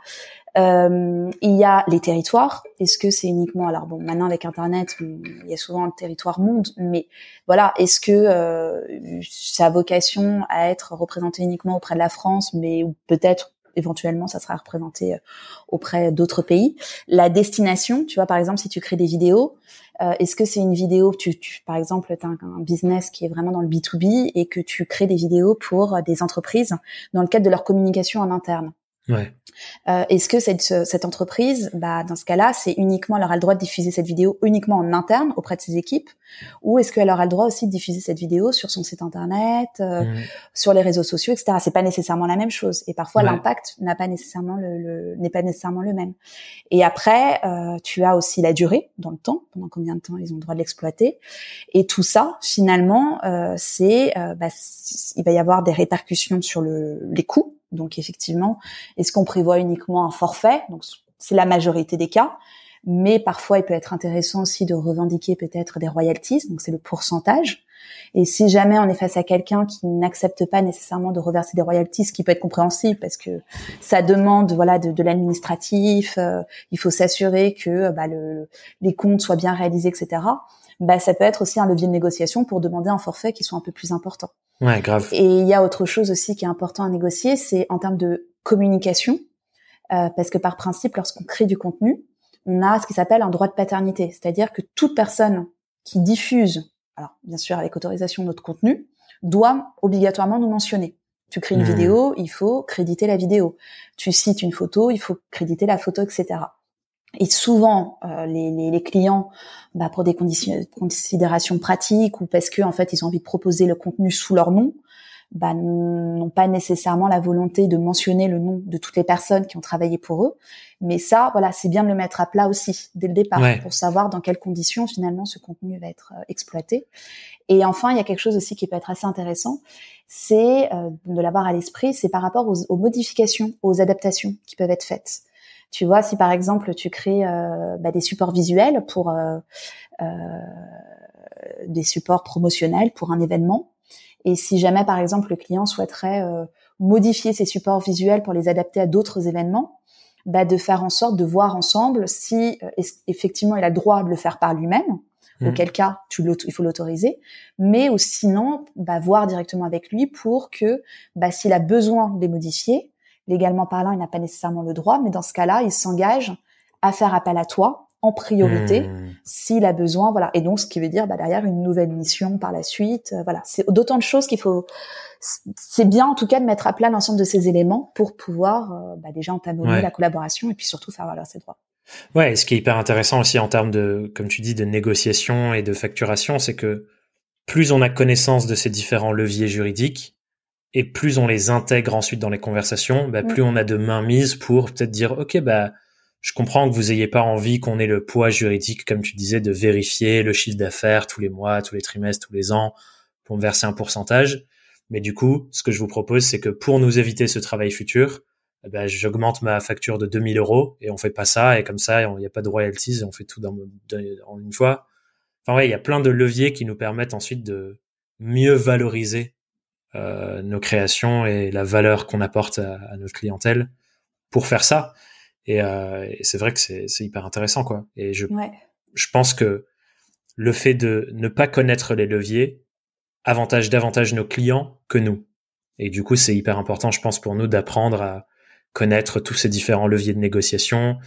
Il y a les territoires. Est-ce que c'est uniquement, alors bon, maintenant avec Internet, il y a souvent le territoire monde, mais voilà, est-ce que ça a vocation à être représenté uniquement auprès de la France, mais peut-être éventuellement ça sera représenté auprès d'autres pays. La destination, tu vois, par exemple, si tu crées des vidéos, est-ce que c'est une vidéo, par exemple, tu as un business qui est vraiment dans le B2B et que tu crées des vidéos pour des entreprises dans le cadre de leur communication en interne. Ouais. Est-ce que cette entreprise, dans ce cas-là, c'est uniquement, elle aura le droit de diffuser cette vidéo uniquement en interne auprès de ses équipes, ou est-ce qu'elle aura le droit aussi de diffuser cette vidéo sur son site internet, sur les réseaux sociaux, etc. C'est pas nécessairement la même chose, et parfois l'impact n'est pas nécessairement le même. Et après, tu as aussi la durée dans le temps, pendant combien de temps ils ont le droit de l'exploiter, et tout ça, finalement, il va y avoir des répercussions sur les coûts. Donc effectivement, est-ce qu'on prévoit uniquement un forfait? Donc c'est la majorité des cas, mais parfois il peut être intéressant aussi de revendiquer peut-être des royalties, donc c'est le pourcentage. Et si jamais on est face à quelqu'un qui n'accepte pas nécessairement de reverser des royalties, ce qui peut être compréhensible parce que ça demande de l'administratif, il faut s'assurer que les comptes soient bien réalisés, etc. Ça peut être aussi un levier de négociation pour demander un forfait qui soit un peu plus important. Ouais, grave. Et il y a autre chose aussi qui est important à négocier, c'est en termes de communication, parce que par principe, lorsqu'on crée du contenu, on a ce qui s'appelle un droit de paternité, c'est-à-dire que toute personne qui diffuse, alors bien sûr avec autorisation de notre contenu, doit obligatoirement nous mentionner. Tu crées une vidéo, il faut créditer la vidéo. Tu cites une photo, il faut créditer la photo, etc. Et souvent, les clients, pour des considérations pratiques ou parce que en fait ils ont envie de proposer le contenu sous leur nom, n'ont pas nécessairement la volonté de mentionner le nom de toutes les personnes qui ont travaillé pour eux. Mais ça, voilà, c'est bien de le mettre à plat aussi dès le départ pour savoir dans quelles conditions finalement ce contenu va être exploité. Et enfin, il y a quelque chose aussi qui peut être assez intéressant, c'est de l'avoir à l'esprit, c'est par rapport aux modifications, aux adaptations qui peuvent être faites. Tu vois, si par exemple tu crées des supports visuels pour des supports promotionnels pour un événement, et si jamais par exemple le client souhaiterait modifier ces supports visuels pour les adapter à d'autres événements, de faire en sorte de voir ensemble si effectivement il a le droit de le faire par lui-même, auquel cas il faut l'autoriser, mais ou sinon voir directement avec lui pour que s'il a besoin de les modifier, légalement parlant, il n'a pas nécessairement le droit, mais dans ce cas-là, il s'engage à faire appel à toi en priorité s'il a besoin, voilà. Et donc, ce qui veut dire derrière une nouvelle mission par la suite, voilà. C'est d'autant de choses qu'il faut. C'est bien en tout cas de mettre à plat l'ensemble de ces éléments pour pouvoir déjà entamer la collaboration et puis surtout faire valoir ses droits. Ouais, et ce qui est hyper intéressant aussi en termes de, comme tu dis, de négociation et de facturation, c'est que plus on a connaissance de ces différents leviers juridiques, et plus on les intègre ensuite dans les conversations, plus on a de mainmise pour peut-être dire, ok, je comprends que vous ayez pas envie qu'on ait le poids juridique, comme tu disais, de vérifier le chiffre d'affaires tous les mois, tous les trimestres, tous les ans, pour me verser un pourcentage. Mais du coup, ce que je vous propose, c'est que pour nous éviter ce travail futur, j'augmente ma facture de 2 000 € et on fait pas ça, et comme ça, il n'y a pas de royalties et on fait tout en une fois. Enfin il y a plein de leviers qui nous permettent ensuite de mieux valoriser nos créations et la valeur qu'on apporte à notre clientèle pour faire ça. Et c'est vrai que c'est hyper intéressant, quoi. Et je pense que le fait de ne pas connaître les leviers avantage davantage nos clients que nous. Et du coup, c'est hyper important, je pense, pour nous d'apprendre à connaître tous ces différents leviers de négociation,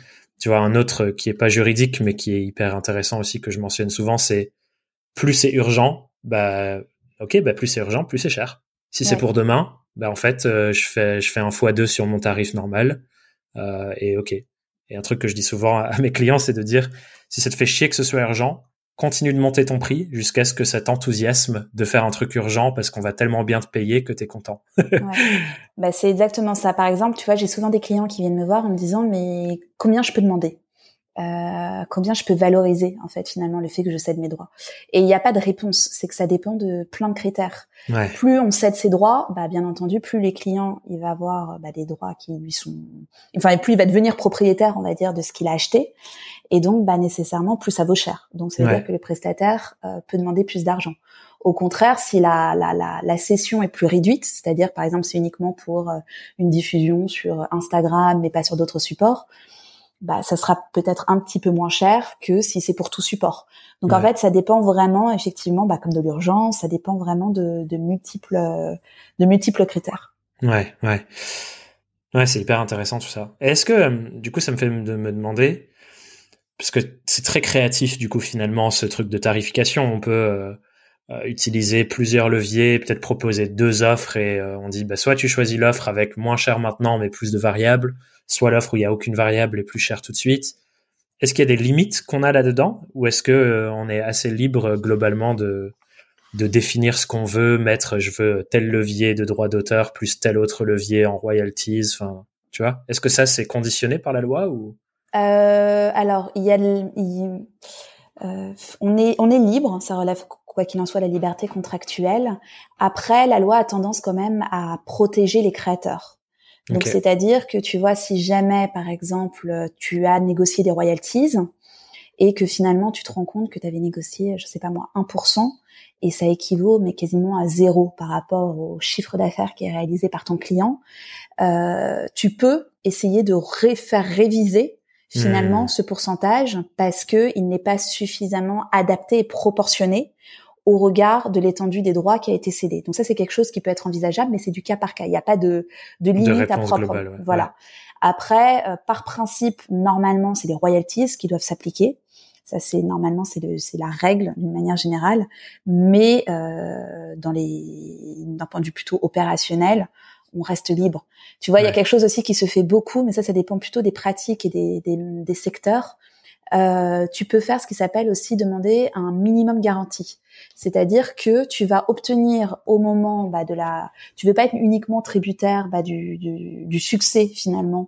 tu vois, un autre qui est pas juridique, mais qui est hyper intéressant aussi, que je mentionne souvent, c'est plus c'est urgent, plus c'est urgent, plus c'est cher. Si c'est pour demain, en fait, je fais un x2 sur mon tarif normal, et ok. Et un truc que je dis souvent à mes clients, c'est de dire, si ça te fait chier que ce soit urgent, continue de monter ton prix jusqu'à ce que ça t'enthousiasme de faire un truc urgent parce qu'on va tellement bien te payer que t'es content. C'est exactement ça. Par exemple, tu vois, j'ai souvent des clients qui viennent me voir en me disant, mais combien je peux demander? Combien je peux valoriser en fait finalement le fait que je cède mes droits. Et il n'y a pas de réponse, c'est que ça dépend de plein de critères. Plus on cède ses droits, bien entendu, plus les clients il va avoir des droits qui lui sont, plus il va devenir propriétaire, on va dire, de ce qu'il a acheté. Et donc nécessairement plus ça vaut cher. Donc ça veut dire que le prestataire peut demander plus d'argent. Au contraire, si la session est plus réduite, c'est-à-dire par exemple c'est uniquement pour une diffusion sur Instagram mais pas sur d'autres supports, ça sera peut-être un petit peu moins cher que si c'est pour tout support. Donc en fait, ça dépend vraiment, effectivement, comme de l'urgence, ça dépend vraiment de multiples critères. Ouais, c'est hyper intéressant tout ça. Et est-ce que, du coup, ça me fait me demander, parce que c'est très créatif, du coup, finalement, ce truc de tarification. On peut utiliser plusieurs leviers, peut-être proposer 2 offres et on dit, soit tu choisis l'offre avec moins cher maintenant, mais plus de variables, soit l'offre où il y a aucune variable et plus cher tout de suite. Est-ce qu'il y a des limites qu'on a là-dedans, ou est-ce que on est assez libre globalement de définir ce qu'on veut, mettre je veux tel levier de droit d'auteur plus tel autre levier en royalties, enfin, tu vois? Est-ce que ça c'est conditionné par la loi ou? Alors, on est libre, ça relève quoi qu'il en soit la liberté contractuelle. Après, la loi a tendance quand même à protéger les créateurs. Donc, c'est-à-dire que tu vois, si jamais, par exemple, tu as négocié des royalties et que finalement, tu te rends compte que tu avais négocié, je sais pas moi, 1%, et ça équivaut mais quasiment à 0 par rapport au chiffre d'affaires qui est réalisé par ton client, tu peux essayer de faire réviser finalement ce pourcentage parce que il n'est pas suffisamment adapté et proportionné au regard de l'étendue des droits qui a été cédé. Donc ça, c'est quelque chose qui peut être envisageable, mais c'est du cas par cas. Il n'y a pas de limite à propre. Globale, voilà. Après, par principe, normalement, c'est les royalties qui doivent s'appliquer. Ça, c'est la règle d'une manière générale. Mais d'un point de vue plutôt opérationnel, on reste libre. Tu vois, il y a quelque chose aussi qui se fait beaucoup, mais ça dépend plutôt des pratiques et des secteurs. Tu peux faire ce qui s'appelle aussi demander un minimum garantie. C'est-à-dire que tu vas obtenir au moment tu veux pas être uniquement tributaire du succès finalement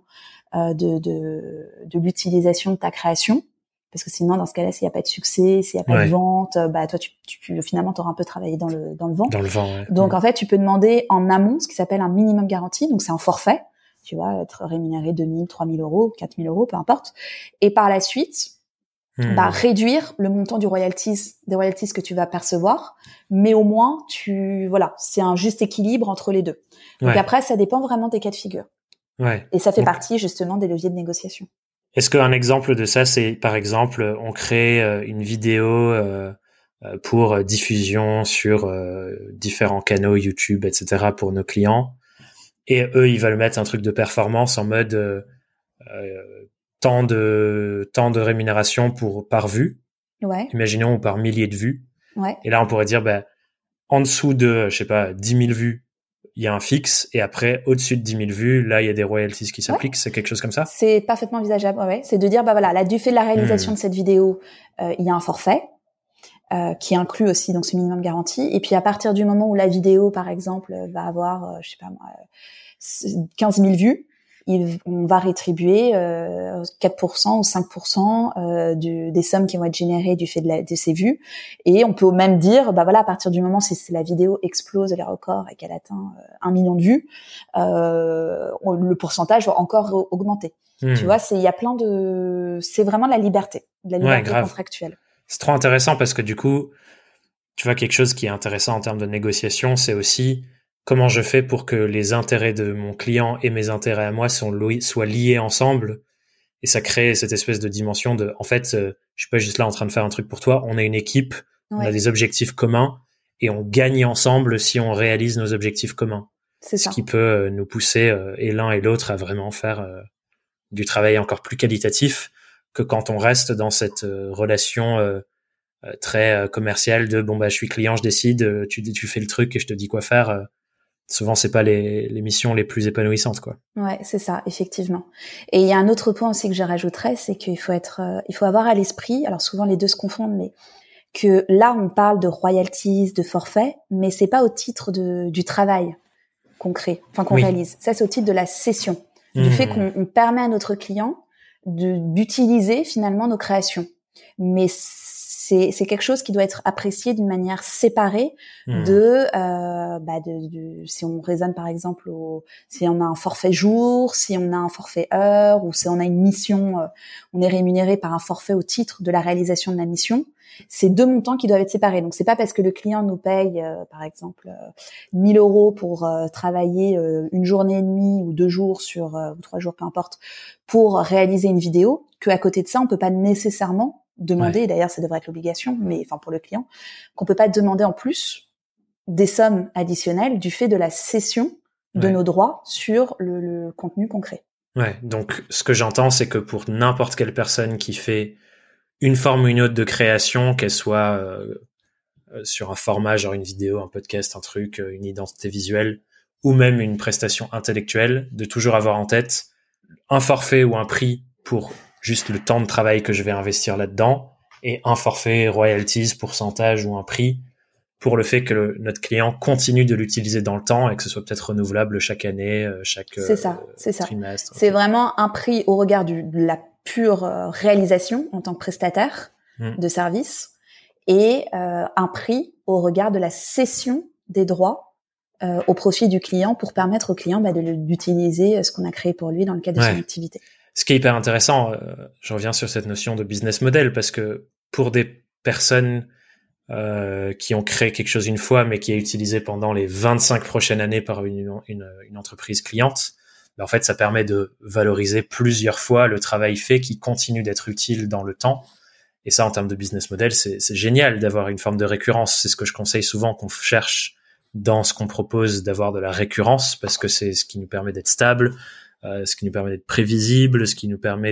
de l'utilisation de ta création, parce que sinon dans ce cas-là, s'il y a pas de succès, s'il y a pas de vente, toi tu finalement t'auras un peu travaillé dans le vent. Dans le vent, ouais. Donc en fait, tu peux demander en amont ce qui s'appelle un minimum garantie, donc c'est un forfait. Tu vois, être rémunéré 2 000, 3 000 euros, 4 000 euros, peu importe. Et par la suite, réduire le montant des royalties que tu vas percevoir, mais au moins c'est un juste équilibre entre les deux. Donc après, ça dépend vraiment des cas de figure. Et ça fait partie justement des leviers de négociation. Est-ce qu'un exemple de ça, c'est par exemple, on crée une vidéo pour diffusion sur différents canaux YouTube, etc. pour nos clients, et eux, ils veulent mettre un truc de performance en mode tant de rémunération par vue, imaginons, ou par millier de vues. Et là, on pourrait dire, en dessous de, je sais pas, 10 000 vues, il y a un fixe, et après, au-dessus de 10 000 vues, là, il y a des royalties qui s'appliquent. C'est quelque chose comme ça? C'est parfaitement envisageable, C'est de dire, là, du fait de la réalisation de cette vidéo, il y a un forfait, qui inclut aussi donc ce minimum garanti. Et puis, à partir du moment où la vidéo, par exemple, va avoir, 15 000 vues, on va rétribuer 4% ou 5% des sommes qui vont être générées du fait de ces vues. Et on peut même dire, à partir du moment si la vidéo explose les records et qu'elle atteint 1 million de vues, le pourcentage va encore augmenter. Tu vois, c'est vraiment de la liberté contractuelle. C'est trop intéressant parce que du coup, tu vois, quelque chose qui est intéressant en termes de négociation, c'est aussi comment je fais pour que les intérêts de mon client et mes intérêts à moi soient liés ensemble. Et ça crée cette espèce de dimension de, en fait, je suis pas juste là en train de faire un truc pour toi. On est une équipe, on a des objectifs communs et on gagne ensemble si on réalise nos objectifs communs. C'est ça. Ce qui peut nous pousser, et l'un et l'autre, à vraiment faire du travail encore plus qualitatif que quand on reste dans cette relation très commerciale de bon bah je suis client, je décide, tu fais le truc et je te dis quoi faire. Souvent c'est pas les missions les plus épanouissantes, quoi. Ouais, c'est ça, effectivement. Et il y a un autre point aussi que je rajouterais, c'est qu'il faut il faut avoir à l'esprit, alors souvent les deux se confondent, mais que là on parle de royalties, de forfait, mais c'est pas au titre du travail qu'on crée, enfin qu'on réalise. Ça, c'est au titre de la cession, du fait qu'on permet à notre client d'utiliser finalement nos créations. Mais c'est quelque chose qui doit être apprécié d'une manière séparée de si on raisonne par exemple si on a un forfait jour, si on a un forfait heure, ou si on a une mission, on est rémunéré par un forfait au titre de la réalisation de la mission. C'est deux montants qui doivent être séparés. Donc c'est pas parce que le client nous paye par exemple 1 000 € pour travailler une journée et demie ou 2 jours ou 3 jours, peu importe, pour réaliser une vidéo, qu'à côté de ça on peut pas nécessairement demander, et d'ailleurs ça devrait être l'obligation, mais enfin pour le client, qu'on peut pas demander en plus des sommes additionnelles du fait de la cession de nos droits sur le contenu concret. Ouais, donc ce que j'entends, c'est que pour n'importe quelle personne qui fait une forme ou une autre de création, qu'elle soit sur un format, genre une vidéo, un podcast, un truc, une identité visuelle, ou même une prestation intellectuelle, de toujours avoir en tête un forfait ou un prix pour juste le temps de travail que je vais investir là-dedans, et un forfait, royalties, pourcentage ou un prix pour le fait que notre client continue de l'utiliser dans le temps et que ce soit peut-être renouvelable chaque année, chaque trimestre. C'est vraiment un prix au regard de la pure réalisation en tant que prestataire de service, et un prix au regard de la cession des droits au profit du client pour permettre au client d'utiliser ce qu'on a créé pour lui dans le cadre de son activité. Ce qui est hyper intéressant, je reviens sur cette notion de business model, parce que pour des personnes qui ont créé quelque chose une fois, mais qui est utilisé pendant les 25 prochaines années par une entreprise cliente, en fait, ça permet de valoriser plusieurs fois le travail fait qui continue d'être utile dans le temps. Et ça, en termes de business model, c'est génial d'avoir une forme de récurrence. C'est ce que je conseille souvent qu'on cherche dans ce qu'on propose, d'avoir de la récurrence, parce que c'est ce qui nous permet d'être stable, ce qui nous permet d'être prévisible, ce qui nous permet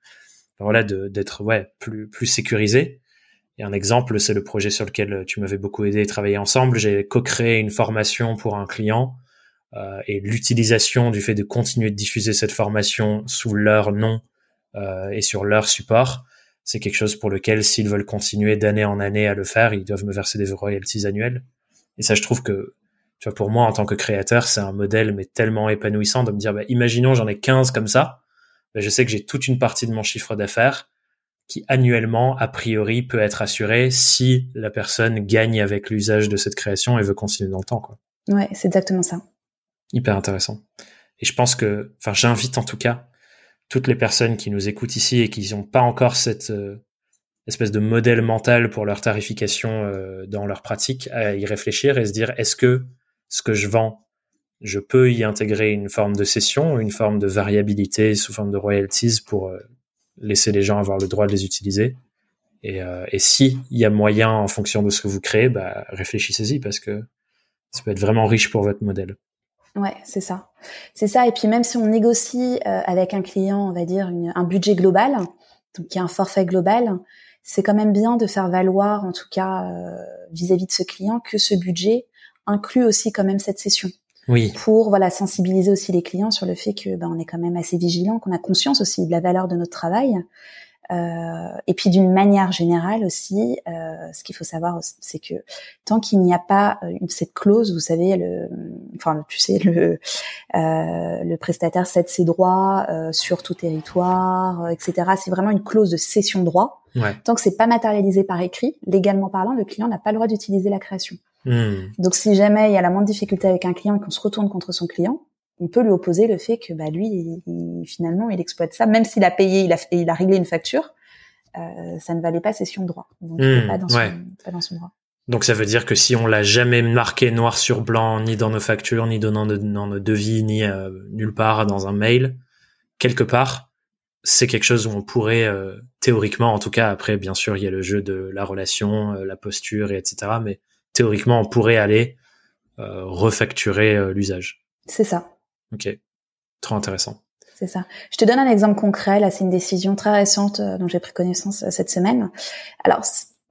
d'être plus sécurisé. Et un exemple, c'est le projet sur lequel tu m'avais beaucoup aidé à travailler ensemble. J'ai co-créé une formation pour un client, et l'utilisation du fait de continuer de diffuser cette formation sous leur nom et sur leur support, c'est quelque chose pour lequel, s'ils veulent continuer d'année en année à le faire, ils doivent me verser des royalties annuelles. Et ça, je trouve que, tu vois, pour moi, en tant que créateur, c'est un modèle mais tellement épanouissant de me dire, imaginons j'en ai 15 comme ça, je sais que j'ai toute une partie de mon chiffre d'affaires qui annuellement, a priori, peut être assurée si la personne gagne avec l'usage de cette création et veut continuer dans le temps, quoi. Ouais, c'est exactement ça. Hyper intéressant. Et je pense que, j'invite en tout cas toutes les personnes qui nous écoutent ici et qui n'ont pas encore cette espèce de modèle mental pour leur tarification dans leur pratique, à y réfléchir et se dire, est-ce que ce que je vends, je peux y intégrer une forme de cession, une forme de variabilité sous forme de royalties pour laisser les gens avoir le droit de les utiliser. Et si il y a moyen en fonction de ce que vous créez, réfléchissez-y, parce que ça peut être vraiment riche pour votre modèle. Ouais, c'est ça. C'est ça. Et puis même si on négocie avec un client, on va dire un budget global, donc il y a un forfait global, c'est quand même bien de faire valoir, en tout cas vis-à-vis de ce client, que ce budget inclut aussi quand même cette session. Oui. Pour sensibiliser aussi les clients sur le fait que on est quand même assez vigilant, qu'on a conscience aussi de la valeur de notre travail. Et puis d'une manière générale aussi, ce qu'il faut savoir, c'est que tant qu'il n'y a pas cette clause, vous savez, le prestataire cède ses droits sur tout territoire, etc. C'est vraiment une clause de cession de droit. Ouais. Tant que c'est pas matérialisé par écrit, légalement parlant, le client n'a pas le droit d'utiliser la création. Donc si jamais il y a la moindre difficulté avec un client et qu'on se retourne contre son client, on peut lui opposer le fait que lui, finalement, il exploite ça, même s'il a payé, il a réglé une facture, ça ne valait pas cession de droit. Donc il n'est pas dans son droit. Donc ça veut dire que si on l'a jamais marqué noir sur blanc, ni dans nos factures, ni dans nos devis, ni nulle part dans un mail, quelque part, c'est quelque chose où on pourrait, théoriquement, en tout cas, après, bien sûr, il y a le jeu de la relation, la posture, etc. Mais théoriquement, on pourrait aller refacturer l'usage. C'est ça. Ok, trop intéressant. c'est ça. Je te donne un exemple concret. Là, c'est une décision très récente dont j'ai pris connaissance cette semaine. Alors,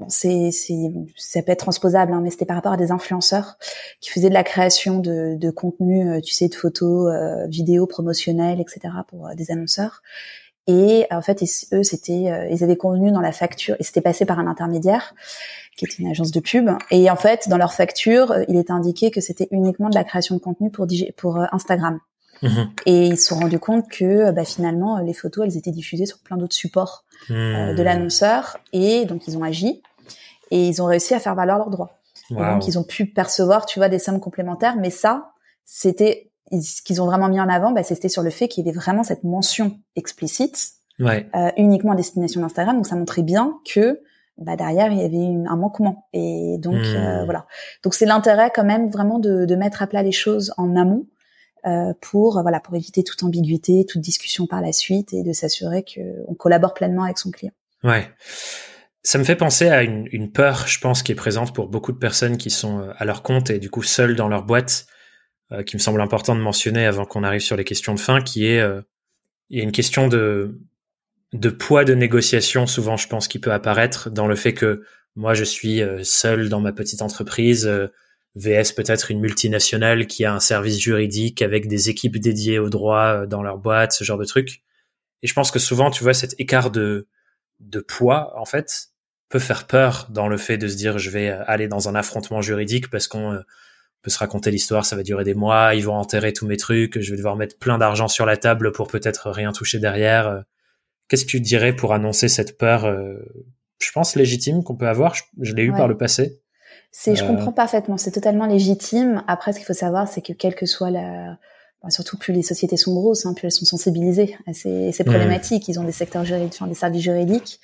ça peut être transposable, hein, mais c'était par rapport à des influenceurs qui faisaient de la création de contenu, tu sais, de photos, vidéos promotionnelles, etc. pour des annonceurs. Et en fait, eux, ils avaient convenu dans la facture, et c'était passé par un intermédiaire qui était une agence de pub. Et en fait, dans leur facture, il était indiqué que c'était uniquement de la création de contenu pour Instagram. Et ils se sont rendus compte que finalement, les photos, elles étaient diffusées sur plein d'autres supports de l'annonceur. Et donc, ils ont agi. Et ils ont réussi à faire valoir leurs droits. Wow. Et donc, ils ont pu percevoir, tu vois, des sommes complémentaires. Mais ça, c'était ce qu'ils ont vraiment mis en avant. C'était sur le fait qu'il y avait vraiment cette mention explicite, uniquement à destination d'Instagram. Donc, ça montrait bien que derrière, il y avait un manquement. Et donc, voilà. Donc, c'est l'intérêt quand même vraiment de mettre à plat les choses en amont pour éviter toute ambiguïté, toute discussion par la suite et de s'assurer qu'on collabore pleinement avec son client. Ouais. Ça me fait penser à une peur, je pense, qui est présente pour beaucoup de personnes qui sont à leur compte et du coup seules dans leur boîte, qui me semble important de mentionner avant qu'on arrive sur les questions de fin, qui est il y a une question de poids de négociation souvent, je pense, qui peut apparaître dans le fait que moi je suis seul dans ma petite entreprise, VS peut-être une multinationale qui a un service juridique avec des équipes dédiées aux droits dans leur boîte, ce genre de truc. Et je pense que souvent, tu vois, cet écart de poids, en fait, peut faire peur dans le fait de se dire je vais aller dans un affrontement juridique parce qu'on peut se raconter l'histoire, ça va durer des mois, ils vont enterrer tous mes trucs, je vais devoir mettre plein d'argent sur la table pour peut-être rien toucher derrière. Qu'est-ce que tu dirais pour annoncer cette peur, je pense légitime qu'on peut avoir, je l'ai eu par le passé. Je comprends parfaitement, c'est totalement légitime. Après, ce qu'il faut savoir, c'est que quelle que soit surtout plus les sociétés sont grosses, plus elles sont sensibilisées à ces problématiques. Ils ont des secteurs juridiques, des services juridiques.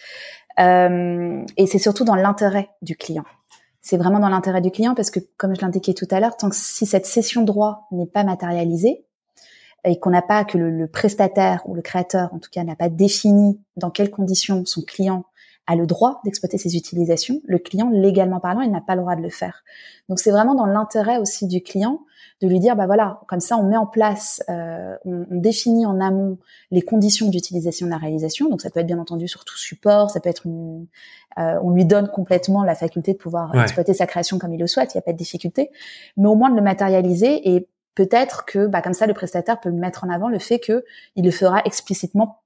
Et c'est surtout dans l'intérêt du client. C'est vraiment dans l'intérêt du client parce que, comme je l'indiquais tout à l'heure, si cette cession de droit n'est pas matérialisée et qu'on n'a pas, que le prestataire ou le créateur, en tout cas, n'a pas défini dans quelles conditions son client a le droit d'exploiter ses utilisations, le client, légalement parlant, il n'a pas le droit de le faire. Donc, c'est vraiment dans l'intérêt aussi du client de lui dire, comme ça, on met en place, on définit en amont les conditions d'utilisation de la réalisation. Donc, ça peut être bien entendu sur tout support, ça peut être on lui donne complètement la faculté de pouvoir exploiter sa création comme il le souhaite, il n'y a pas de difficulté, mais au moins de le matérialiser et peut-être que, comme ça, le prestataire peut mettre en avant le fait que il le fera explicitement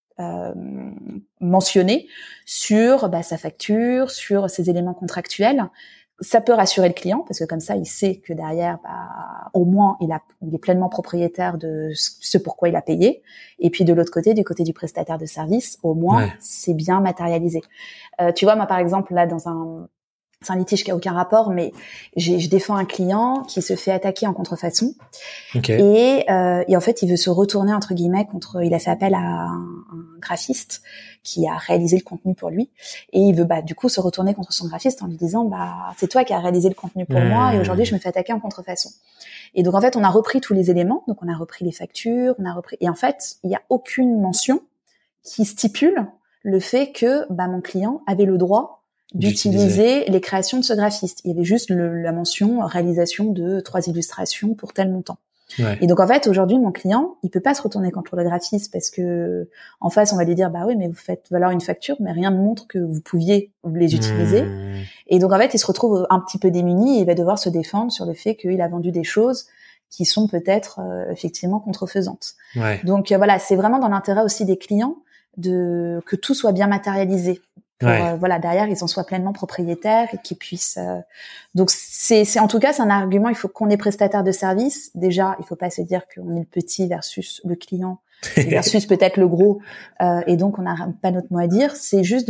mentionné sur sa facture, sur ses éléments contractuels. Ça peut rassurer le client parce que comme ça, il sait que derrière, au moins, il est pleinement propriétaire de ce pourquoi il a payé. Et puis de l'autre côté, du côté du prestataire de service, au moins, c'est bien matérialisé. Tu vois, moi, par exemple, là, c'est un litige qui a aucun rapport, mais je défends un client qui se fait attaquer en contrefaçon. Et en fait, il veut se retourner entre guillemets il a fait appel à un graphiste qui a réalisé le contenu pour lui, et il veut du coup se retourner contre son graphiste en lui disant c'est toi qui as réalisé le contenu pour moi et aujourd'hui je me fais attaquer en contrefaçon. Et donc en fait, on a repris tous les éléments, donc on a repris les factures, et en fait, il y a aucune mention qui stipule le fait que mon client avait le droit d'utiliser les créations de ce graphiste. Il y avait juste la mention réalisation de 3 illustrations pour tel montant. Et donc en fait, aujourd'hui, mon client, il peut pas se retourner contre le graphiste parce que en face, on va lui dire oui, mais vous faites valoir une facture, mais rien ne montre que vous pouviez les utiliser. Et donc en fait, il se retrouve un petit peu démuni et il va devoir se défendre sur le fait qu'il a vendu des choses qui sont peut-être effectivement contrefaisantes. Donc voilà, c'est vraiment dans l'intérêt aussi des clients que tout soit bien matérialisé. Pour, derrière, ils en soient pleinement propriétaires et qu'ils puissent. Donc, c'est en tout cas, c'est un argument. Il faut qu'on est prestataire de service. Déjà, il faut pas se dire qu'on est le petit versus le client versus peut-être le gros, et donc on n'a pas notre mot à dire. C'est juste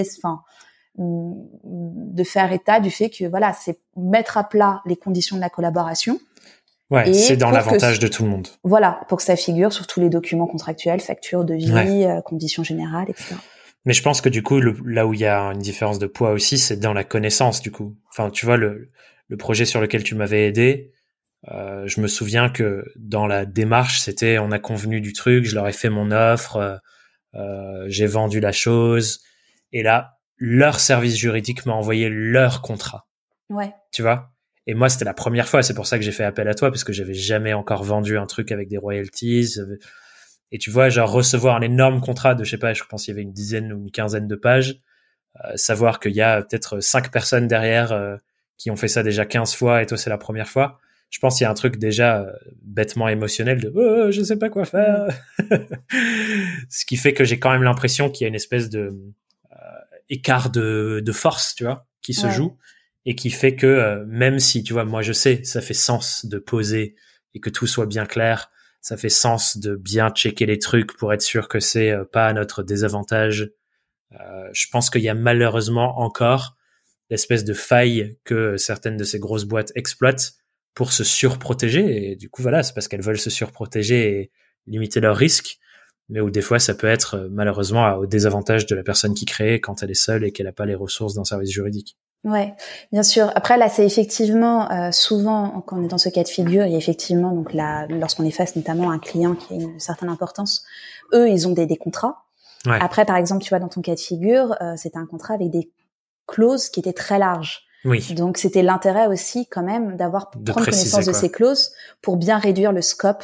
de faire état du fait que c'est mettre à plat les conditions de la collaboration. C'est dans l'avantage de tout le monde. Voilà, pour que ça figure sur tous les documents contractuels, factures, devis, conditions générales, etc. Mais je pense que du coup, là où il y a une différence de poids aussi, c'est dans la connaissance du coup. Enfin, tu vois, le projet sur lequel tu m'avais aidé, je me souviens que dans la démarche, c'était on a convenu du truc, je leur ai fait mon offre, j'ai vendu la chose, et là, leur service juridique m'a envoyé leur contrat. Tu vois ? Et moi, c'était la première fois, c'est pour ça que j'ai fait appel à toi, parce que j'avais jamais encore vendu un truc avec des royalties. Et tu vois, genre recevoir un énorme contrat de, je sais pas, je pense qu'il y avait une dizaine ou une quinzaine de pages, savoir qu'il y a peut-être 5 personnes derrière qui ont fait ça déjà 15 fois et toi c'est la première fois. Je pense qu'il y a un truc déjà bêtement émotionnel de je sais pas quoi faire. Ce qui fait que j'ai quand même l'impression qu'il y a une espèce de écart de force, tu vois, qui se joue et qui fait que même si, tu vois, moi je sais, ça fait sens de poser et que tout soit bien clair, ça fait sens de bien checker les trucs pour être sûr que c'est pas à notre désavantage. Je pense qu'il y a malheureusement encore l'espèce de faille que certaines de ces grosses boîtes exploitent pour se surprotéger. Et du coup, voilà, c'est parce qu'elles veulent se surprotéger et limiter leurs risques. Mais où des fois, ça peut être malheureusement au désavantage de la personne qui crée quand elle est seule et qu'elle n'a pas les ressources d'un service juridique. Ouais, bien sûr. Après, là, c'est effectivement souvent quand on est dans ce cas de figure, il y a effectivement donc là, lorsqu'on est face notamment à un client qui a une certaine importance, eux, ils ont des contrats. Ouais. Après, par exemple, tu vois, dans ton cas de figure, c'était un contrat avec des clauses qui étaient très larges. Oui. Donc, c'était l'intérêt aussi, quand même, prendre connaissance de ces clauses pour bien réduire le scope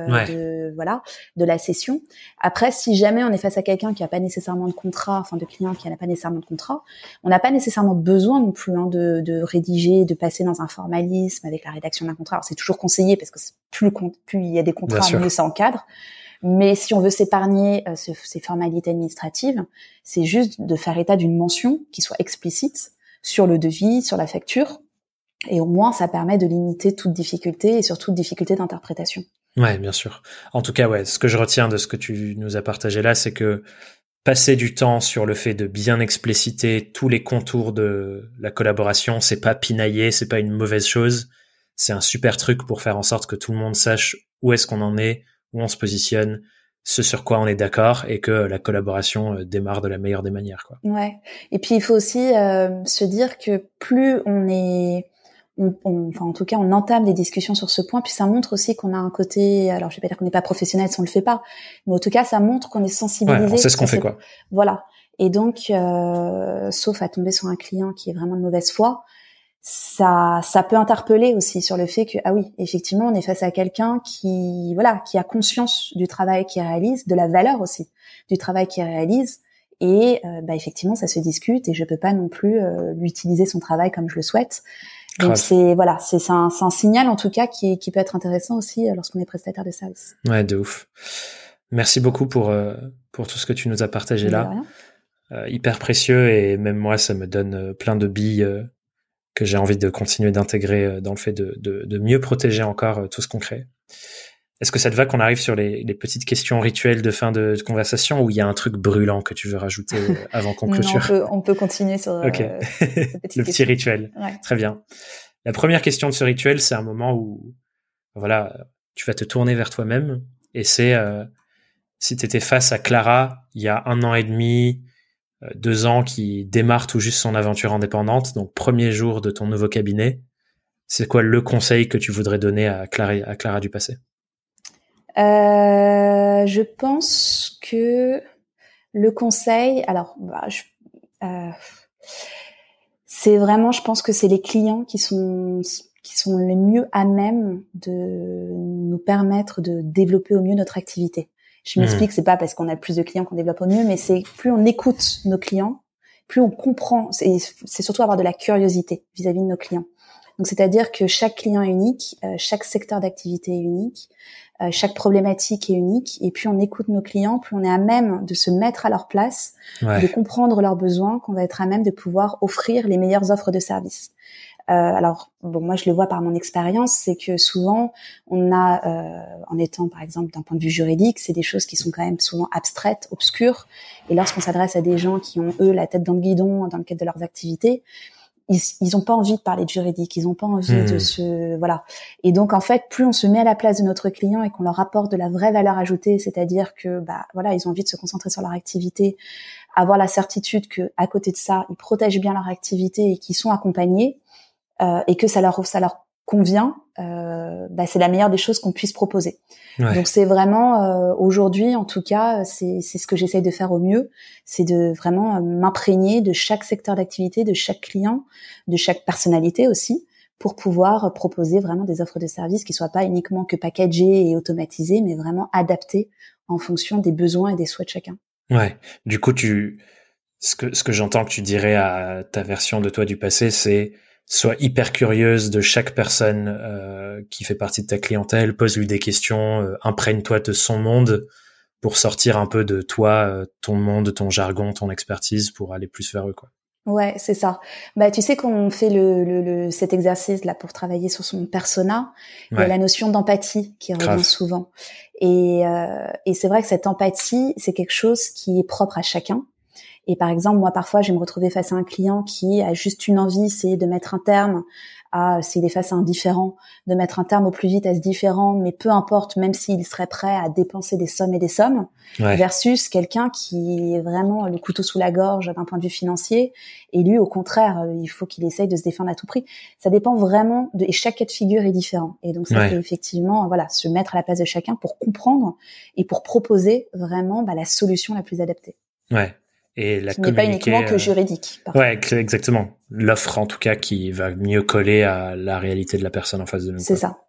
de la cession. Après, si jamais on est face à quelqu'un qui n'a pas nécessairement de contrat, enfin de client qui n'a pas nécessairement de contrat, on n'a pas nécessairement besoin non plus de rédiger, de passer dans un formalisme avec la rédaction d'un contrat. Alors, c'est toujours conseillé parce que plus il y a des contrats, mieux ça encadre. Mais si on veut s'épargner ces formalités administratives, c'est juste de faire état d'une mention qui soit explicite sur le devis, sur la facture, et au moins ça permet de limiter toute difficulté et surtout difficulté d'interprétation. Ouais, bien sûr. En tout cas, ouais, ce que je retiens de ce que tu nous as partagé là, c'est que passer du temps sur le fait de bien expliciter tous les contours de la collaboration, c'est pas pinailler, c'est pas une mauvaise chose, c'est un super truc pour faire en sorte que tout le monde sache où est-ce qu'on en est, où on se positionne, ce sur quoi on est d'accord et que la collaboration démarre de la meilleure des manières, quoi. Ouais. Et puis il faut aussi se dire que plus enfin en tout cas on entame des discussions sur ce point, puis ça montre aussi qu'on a un côté, alors je vais pas dire qu'on n'est pas professionnel si on le fait pas, mais en tout cas ça montre qu'on est sensibilisé. Ouais, on sait ce qu'on fait, quoi. Voilà. Et donc sauf à tomber sur un client qui est vraiment de mauvaise foi, ça peut interpeller aussi sur le fait que ah oui, effectivement, on est face à quelqu'un qui a conscience du travail qu'il réalise, de la valeur aussi du travail qu'il réalise, et effectivement, ça se discute et je peux pas non plus lui utiliser son travail comme je le souhaite. Donc c'est un signal en tout cas qui peut être intéressant aussi lorsqu'on est prestataire de service. Ouais, de ouf. Merci beaucoup pour tout ce que tu nous as partagé là. Hyper précieux, et même moi ça me donne plein de billes que j'ai envie de continuer d'intégrer dans le fait de mieux protéger encore tout ce qu'on crée. Est-ce que ça te va qu'on arrive sur les petites questions rituelles de fin de conversation, ou il y a un truc brûlant que tu veux rajouter avant qu'on clôture? Non, on peut continuer sur le petit rituel. Ouais. Très bien. La première question de ce rituel, c'est un moment où tu vas te tourner vers toi-même, et c'est si tu étais face à Clara il y a 1 an et demi, 2 ans, qui démarre tout juste son aventure indépendante, donc premier jour de ton nouveau cabinet, c'est quoi le conseil que tu voudrais donner à Clara du passé? Je pense que le conseil, alors c'est vraiment, je pense que c'est les clients qui sont les mieux à même de nous permettre de développer au mieux notre activité. Je m'explique, c'est pas parce qu'on a plus de clients qu'on développe au mieux, mais c'est plus on écoute nos clients, plus on comprend, et c'est surtout avoir de la curiosité vis-à-vis de nos clients. Donc c'est-à-dire que chaque client est unique, chaque secteur d'activité est unique, chaque problématique est unique, et plus on écoute nos clients, plus on est à même de se mettre à leur place, de comprendre leurs besoins, qu'on va être à même de pouvoir offrir les meilleures offres de services. Alors, moi je le vois par mon expérience, c'est que souvent on a, en étant par exemple d'un point de vue juridique, c'est des choses qui sont quand même souvent abstraites, obscures, et lorsqu'on s'adresse à des gens qui ont eux la tête dans le guidon dans le cadre de leurs activités, ils ont pas envie de parler de juridique, ils ont pas envie de se et donc en fait plus on se met à la place de notre client et qu'on leur apporte de la vraie valeur ajoutée, c'est-à-dire que ils ont envie de se concentrer sur leur activité, avoir la certitude que à côté de ça ils protègent bien leur activité et qu'ils sont accompagnés, et que ça leur convient, c'est la meilleure des choses qu'on puisse proposer. Donc c'est vraiment aujourd'hui en tout cas, c'est ce que j'essaye de faire au mieux, c'est de vraiment m'imprégner de chaque secteur d'activité, de chaque client, de chaque personnalité aussi, pour pouvoir proposer vraiment des offres de services qui soient pas uniquement que packagées et automatisées, mais vraiment adaptées en fonction des besoins et des souhaits de chacun. Ouais. Du coup, ce que j'entends que tu dirais à ta version de toi du passé, c'est sois hyper curieuse de chaque personne qui fait partie de ta clientèle, pose-lui des questions, imprègne-toi de son monde pour sortir un peu de toi, ton monde, ton jargon, ton expertise pour aller plus vers eux, quoi. Ouais, c'est ça. Tu sais qu'on fait cet exercice là pour travailler sur son persona, il y a la notion d'empathie qui revient souvent. Et c'est vrai que cette empathie, c'est quelque chose qui est propre à chacun. Et par exemple, moi, parfois, je vais me retrouver face à un client qui a juste une envie, c'est de mettre un terme s'il est face à un différend, de mettre un terme au plus vite à ce différend, mais peu importe, même s'il serait prêt à dépenser des sommes et des sommes, versus quelqu'un qui est vraiment le couteau sous la gorge d'un point de vue financier, et lui, au contraire, il faut qu'il essaye de se défendre à tout prix. Ça dépend vraiment et chaque cas de figure est différent. Et donc, ça fait effectivement, se mettre à la place de chacun pour comprendre et pour proposer vraiment la solution la plus adaptée. Ouais. Et qui n'est pas uniquement que juridique. Ouais, exactement. L'offre, en tout cas, qui va mieux coller à la réalité de la personne en face de nous. C'est ça.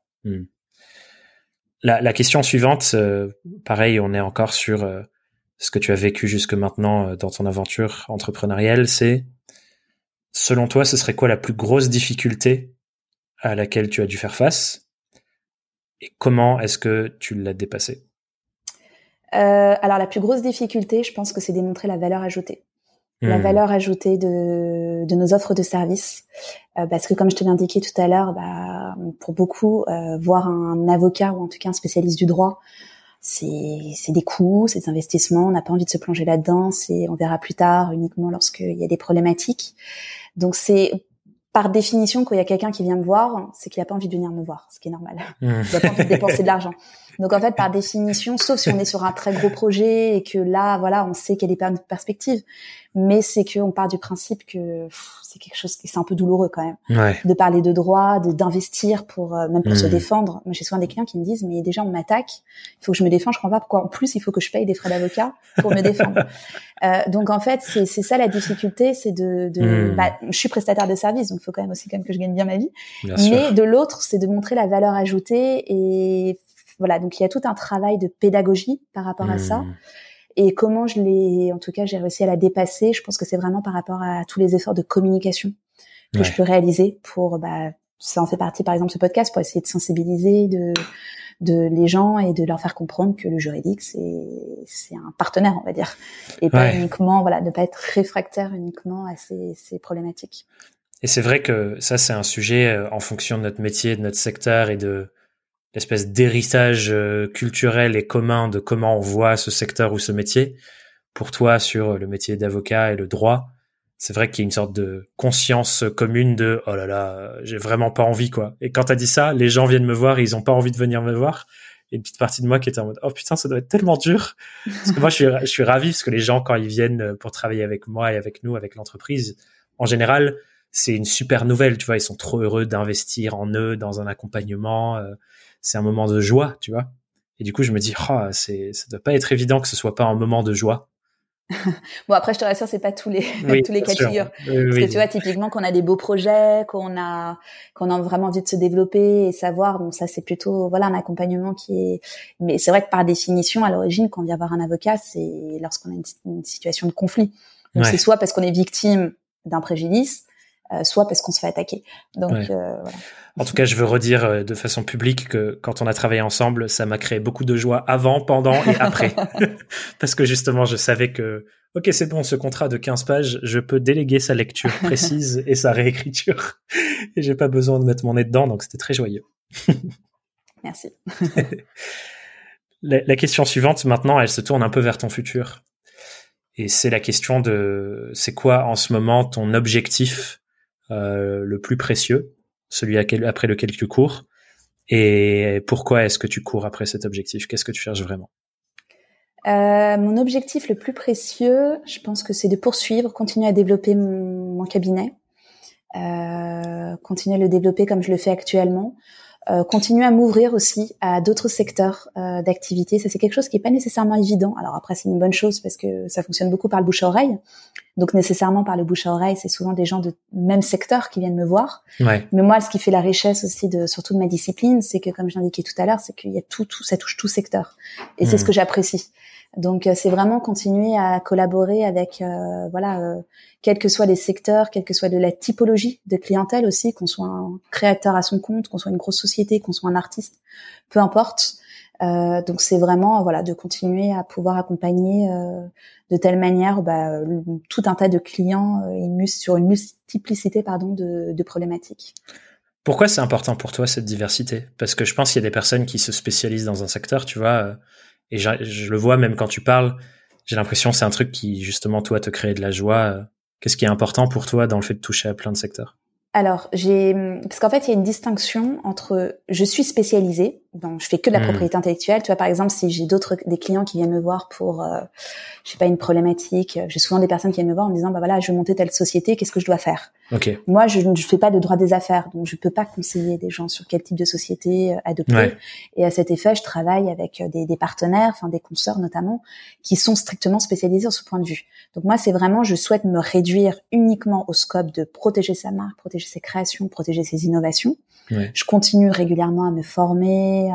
La question suivante, pareil, on est encore sur ce que tu as vécu jusque maintenant dans ton aventure entrepreneuriale, c'est, selon toi, ce serait quoi la plus grosse difficulté à laquelle tu as dû faire face et comment est-ce que tu l'as dépassée? Alors la plus grosse difficulté, je pense que c'est démontrer la valeur ajoutée. La valeur ajoutée de nos offres de services. Parce que comme je te l'indiquais tout à l'heure, pour beaucoup, voir un avocat ou en tout cas un spécialiste du droit, c'est des coûts, c'est des investissements, on n'a pas envie de se plonger là-dedans, on verra plus tard uniquement lorsqu'il y a des problématiques. Donc c'est par définition, quand il y a quelqu'un qui vient me voir, c'est qu'il n'a pas envie de venir me voir, ce qui est normal. Il n'a pas envie de dépenser de l'argent. Donc en fait, par définition, sauf si on est sur un très gros projet et que là, on sait qu'il y a des perspectives, mais c'est qu'on part du principe que c'est quelque chose qui c'est un peu douloureux quand même, de parler de droit, d'investir pour même pour se défendre. Moi, j'ai souvent des clients qui me disent mais déjà on m'attaque, il faut que je me défende, je comprends pas pourquoi en plus il faut que je paye des frais d'avocat pour me défendre. Donc en fait, c'est ça la difficulté, c'est je suis prestataire de service, donc il faut quand même que je gagne bien ma vie. Mais de l'autre, c'est de montrer la valeur ajoutée et voilà, donc il y a tout un travail de pédagogie par rapport à ça. Et comment en tout cas, j'ai réussi à la dépasser. Je pense que c'est vraiment par rapport à tous les efforts de communication que je peux réaliser pour, ça en fait partie, par exemple, ce podcast pour essayer de sensibiliser de les gens et de leur faire comprendre que le juridique, c'est un partenaire, on va dire. Et pas uniquement, ne pas être réfractaire uniquement à ces problématiques. Et c'est vrai que ça, c'est un sujet en fonction de notre métier, de notre secteur et de l'espèce d'héritage culturel et commun de comment on voit ce secteur ou ce métier. Pour toi, sur le métier d'avocat et le droit, c'est vrai qu'il y a une sorte de conscience commune de « oh là là, j'ai vraiment pas envie, quoi ». Et quand t'as dit ça, les gens viennent me voir et ils ont pas envie de venir me voir. Et une petite partie de moi qui était en mode « oh putain, ça doit être tellement dur ». Parce que moi, je suis ravi parce que les gens, quand ils viennent pour travailler avec moi et avec nous, avec l'entreprise, en général, c'est une super nouvelle, tu vois. Ils sont trop heureux d'investir en eux, dans un accompagnement. C'est un moment de joie, tu vois. Et du coup, je me dis, ça doit pas être évident que ce soit pas un moment de joie. Bon, après, je te rassure, c'est pas tous les cas de figure. Parce que tu vois, typiquement, qu'on a des beaux projets, qu'on a vraiment envie de se développer et savoir, bon, ça, c'est plutôt, un accompagnement mais c'est vrai que par définition, à l'origine, quand on vient voir un avocat, c'est lorsqu'on a une situation de conflit. Donc, c'est soit parce qu'on est victime d'un préjudice, soit parce qu'on se fait attaquer. Donc, voilà. En tout cas, je veux redire de façon publique que quand on a travaillé ensemble, ça m'a créé beaucoup de joie avant, pendant et après. Parce que justement, je savais que, ok, c'est bon, ce contrat de 15 pages, je peux déléguer sa lecture précise et sa réécriture. Et j'ai pas besoin de mettre mon nez dedans, donc c'était très joyeux. Merci. La question suivante, maintenant, elle se tourne un peu vers ton futur. Et c'est la question de, c'est quoi en ce moment ton objectif le plus précieux, celui après lequel tu cours, et pourquoi est-ce que tu cours après cet objectif? Qu'est-ce que tu cherches vraiment? Mon objectif le plus précieux, je pense que c'est de continuer à développer mon cabinet, continuer à le développer comme je le fais actuellement. continuer à m'ouvrir aussi à d'autres secteurs d'activité. Ça, c'est quelque chose qui est pas nécessairement évident. Alors après, c'est une bonne chose parce que ça fonctionne beaucoup par le bouche à oreille. Donc nécessairement par le bouche à oreille, c'est souvent des gens de même secteur qui viennent me voir. Ouais. Mais moi, ce qui fait la richesse aussi surtout de ma discipline, c'est que comme je l'indiquais tout à l'heure, c'est qu'il y a tout, ça touche tout secteur. Et c'est ce que j'apprécie. Donc c'est vraiment continuer à collaborer avec quels que soient les secteurs, quelle que soit de la typologie de clientèle aussi, qu'on soit un créateur à son compte, qu'on soit une grosse société, qu'on soit un artiste, peu importe. Donc c'est vraiment de continuer à pouvoir accompagner de telle manière tout un tas de clients sur une multiplicité de problématiques. Pourquoi c'est important pour toi cette diversité? Parce que je pense qu'il y a des personnes qui se spécialisent dans un secteur, tu vois, et je le vois même quand tu parles, j'ai l'impression que c'est un truc qui justement toi te crée de la joie. Qu'est-ce qui est important pour toi dans le fait de toucher à plein de secteurs? Alors, parce qu'en fait, il y a une distinction entre je suis spécialisée, donc je fais que de la propriété intellectuelle. Tu vois, par exemple, si j'ai des clients qui viennent me voir pour, je sais pas, une problématique, j'ai souvent des personnes qui viennent me voir en me disant, je veux monter telle société, qu'est-ce que je dois faire? Okay. Moi, je ne fais pas de droit des affaires, donc je peux pas conseiller des gens sur quel type de société adopter. Ouais. Et à cet effet, je travaille avec des partenaires, des consoeurs notamment, qui sont strictement spécialisés sur ce point de vue. Donc moi, c'est vraiment, je souhaite me réduire uniquement au scope de protéger sa marque, protéger ses créations, protéger ses innovations. Ouais. Je continue régulièrement à me former,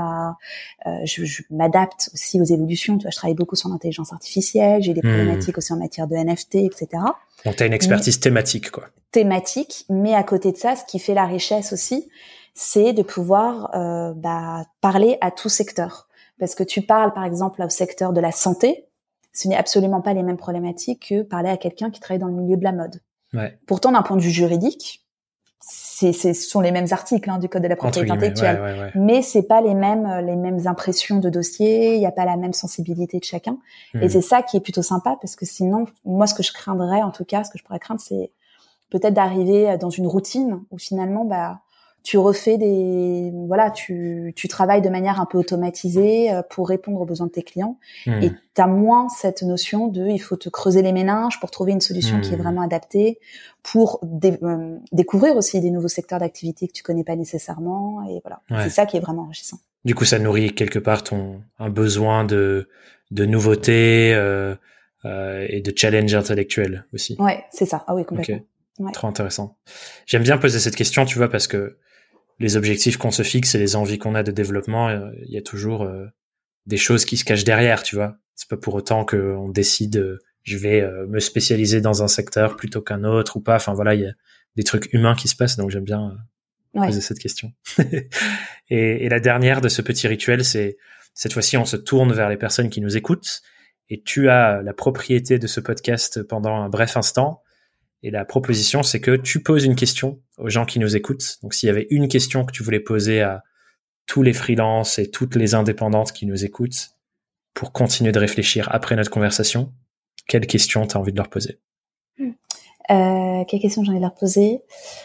je m'adapte aussi aux évolutions. Tu vois, je travaille beaucoup sur l'intelligence artificielle, j'ai des problématiques aussi en matière de NFT, etc. Donc, tu as une expertise thématique, quoi. Thématique, mais à côté de ça, ce qui fait la richesse aussi, c'est de pouvoir parler à tout secteur. Parce que tu parles, par exemple, au secteur de la santé, ce n'est absolument pas les mêmes problématiques que parler à quelqu'un qui travaille dans le milieu de la mode. Ouais. Pourtant, d'un point de vue juridique, ce sont les mêmes articles du code de la propriété intellectuelle, ouais. Mais c'est pas les mêmes impressions de dossier, il y a pas la même sensibilité de chacun, et c'est ça qui est plutôt sympa, parce que sinon, moi, ce que je craindrais, en tout cas, ce que je pourrais craindre, c'est peut-être d'arriver dans une routine où finalement, tu refais tu travailles de manière un peu automatisée pour répondre aux besoins de tes clients, et t'as moins cette notion il faut te creuser les méninges pour trouver une solution qui est vraiment adaptée pour découvrir aussi des nouveaux secteurs d'activité que tu connais pas nécessairement, et voilà. Ouais. C'est ça qui est vraiment enrichissant. Du coup, ça nourrit quelque part un besoin de nouveauté et de challenge intellectuel aussi. Ouais, c'est ça. Ah oui, complètement. Okay. Ouais. Trop intéressant. J'aime bien poser cette question, tu vois, parce que les objectifs qu'on se fixe et les envies qu'on a de développement, il y a toujours des choses qui se cachent derrière, tu vois. C'est pas pour autant qu'on décide je vais me spécialiser dans un secteur plutôt qu'un autre ou pas. Enfin voilà, il y a des trucs humains qui se passent, donc j'aime bien poser cette question. et la dernière de ce petit rituel, c'est cette fois-ci, on se tourne vers les personnes qui nous écoutent, et tu as la propriété de ce podcast pendant un bref instant. Et la proposition, c'est que tu poses une question aux gens qui nous écoutent. Donc, s'il y avait une question que tu voulais poser à tous les freelances et toutes les indépendantes qui nous écoutent pour continuer de réfléchir après notre conversation, quelle question tu as envie de leur poser? Quelle question j'ai envie de leur poser?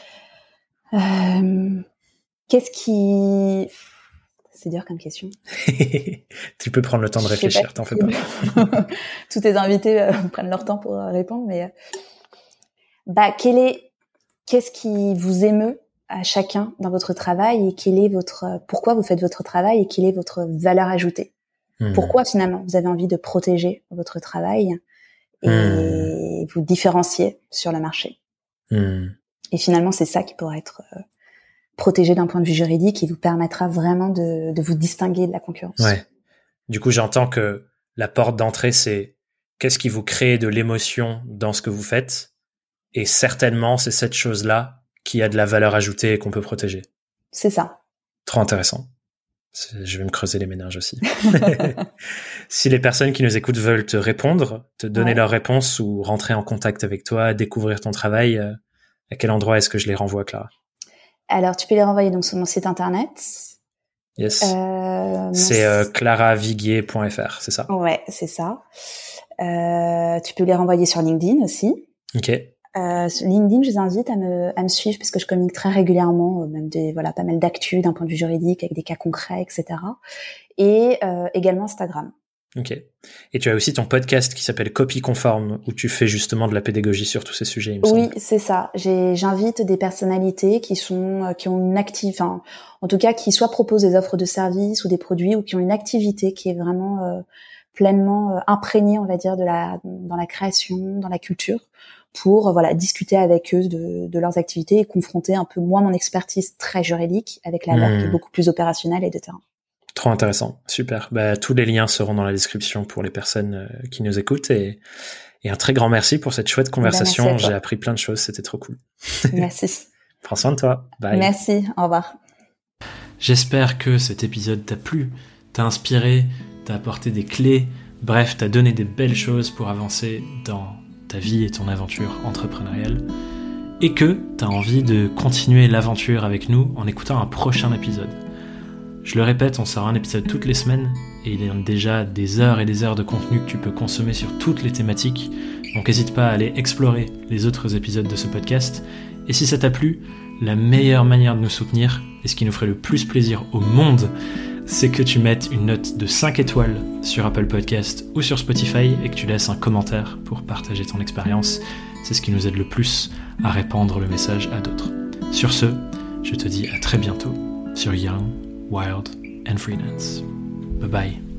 Qu'est-ce qui... C'est dur comme question. Tu peux prendre le temps de réfléchir, t'en fais pas. Tous tes invités prennent leur temps pour répondre, mais... qu'est-ce qui vous émeut à chacun dans votre travail, et pourquoi vous faites votre travail, et quelle est votre valeur ajoutée? Pourquoi finalement vous avez envie de protéger votre travail et vous différencier sur le marché? Et finalement, c'est ça qui pourra être protégé d'un point de vue juridique, et vous permettra vraiment de vous distinguer de la concurrence. Ouais. Du coup, j'entends que la porte d'entrée, c'est qu'est-ce qui vous crée de l'émotion dans ce que vous faites? Et certainement, c'est cette chose-là qui a de la valeur ajoutée et qu'on peut protéger. C'est ça. Trop intéressant. Je vais me creuser les méninges aussi. Si les personnes qui nous écoutent veulent te répondre, te donner leur réponse ou rentrer en contact avec toi, découvrir ton travail, à quel endroit est-ce que je les renvoie, Clara? Alors, tu peux les renvoyer donc sur mon site internet. Yes. C'est claraviguier.fr, c'est ça? Ouais, c'est ça. Tu peux les renvoyer sur LinkedIn aussi. Ok. Sur LinkedIn, je vous invite à me suivre, parce que je communique très régulièrement, même pas mal d'actu d'un point de vue juridique, avec des cas concrets, etc. Et également Instagram. Ok. Et tu as aussi ton podcast qui s'appelle Copie Conforme, où tu fais justement de la pédagogie sur tous ces sujets, il me semble. Oui, c'est ça. J'invite des personnalités qui ont une en tout cas, qui soit proposent des offres de services ou des produits, ou qui ont une activité qui est vraiment pleinement imprégnée, on va dire, dans la création, dans la culture, pour discuter avec eux de leurs activités et confronter un peu moins mon expertise très juridique avec la leur qui est beaucoup plus opérationnelle et de terrain. Trop intéressant, super. Tous les liens seront dans la description pour les personnes qui nous écoutent et un très grand merci pour cette chouette conversation. J'ai appris plein de choses, c'était trop cool. Merci. Prends soin de toi. Bye. Merci, au revoir. J'espère que cet épisode t'a plu, t'a inspiré, t'a apporté des clés, bref, t'a donné des belles choses pour avancer dans ta vie et ton aventure entrepreneuriale, et que t'as envie de continuer l'aventure avec nous en écoutant un prochain épisode. Je le répète, on sort un épisode toutes les semaines, et il y a déjà des heures et des heures de contenu que tu peux consommer sur toutes les thématiques, donc n'hésite pas à aller explorer les autres épisodes de ce podcast. Et si ça t'a plu, la meilleure manière de nous soutenir, et ce qui nous ferait le plus plaisir au monde, c'est que tu mettes une note de 5 étoiles sur Apple Podcast ou sur Spotify et que tu laisses un commentaire pour partager ton expérience. C'est ce qui nous aide le plus à répandre le message à d'autres. Sur ce, je te dis à très bientôt sur Young, Wild and Freelance. Bye bye.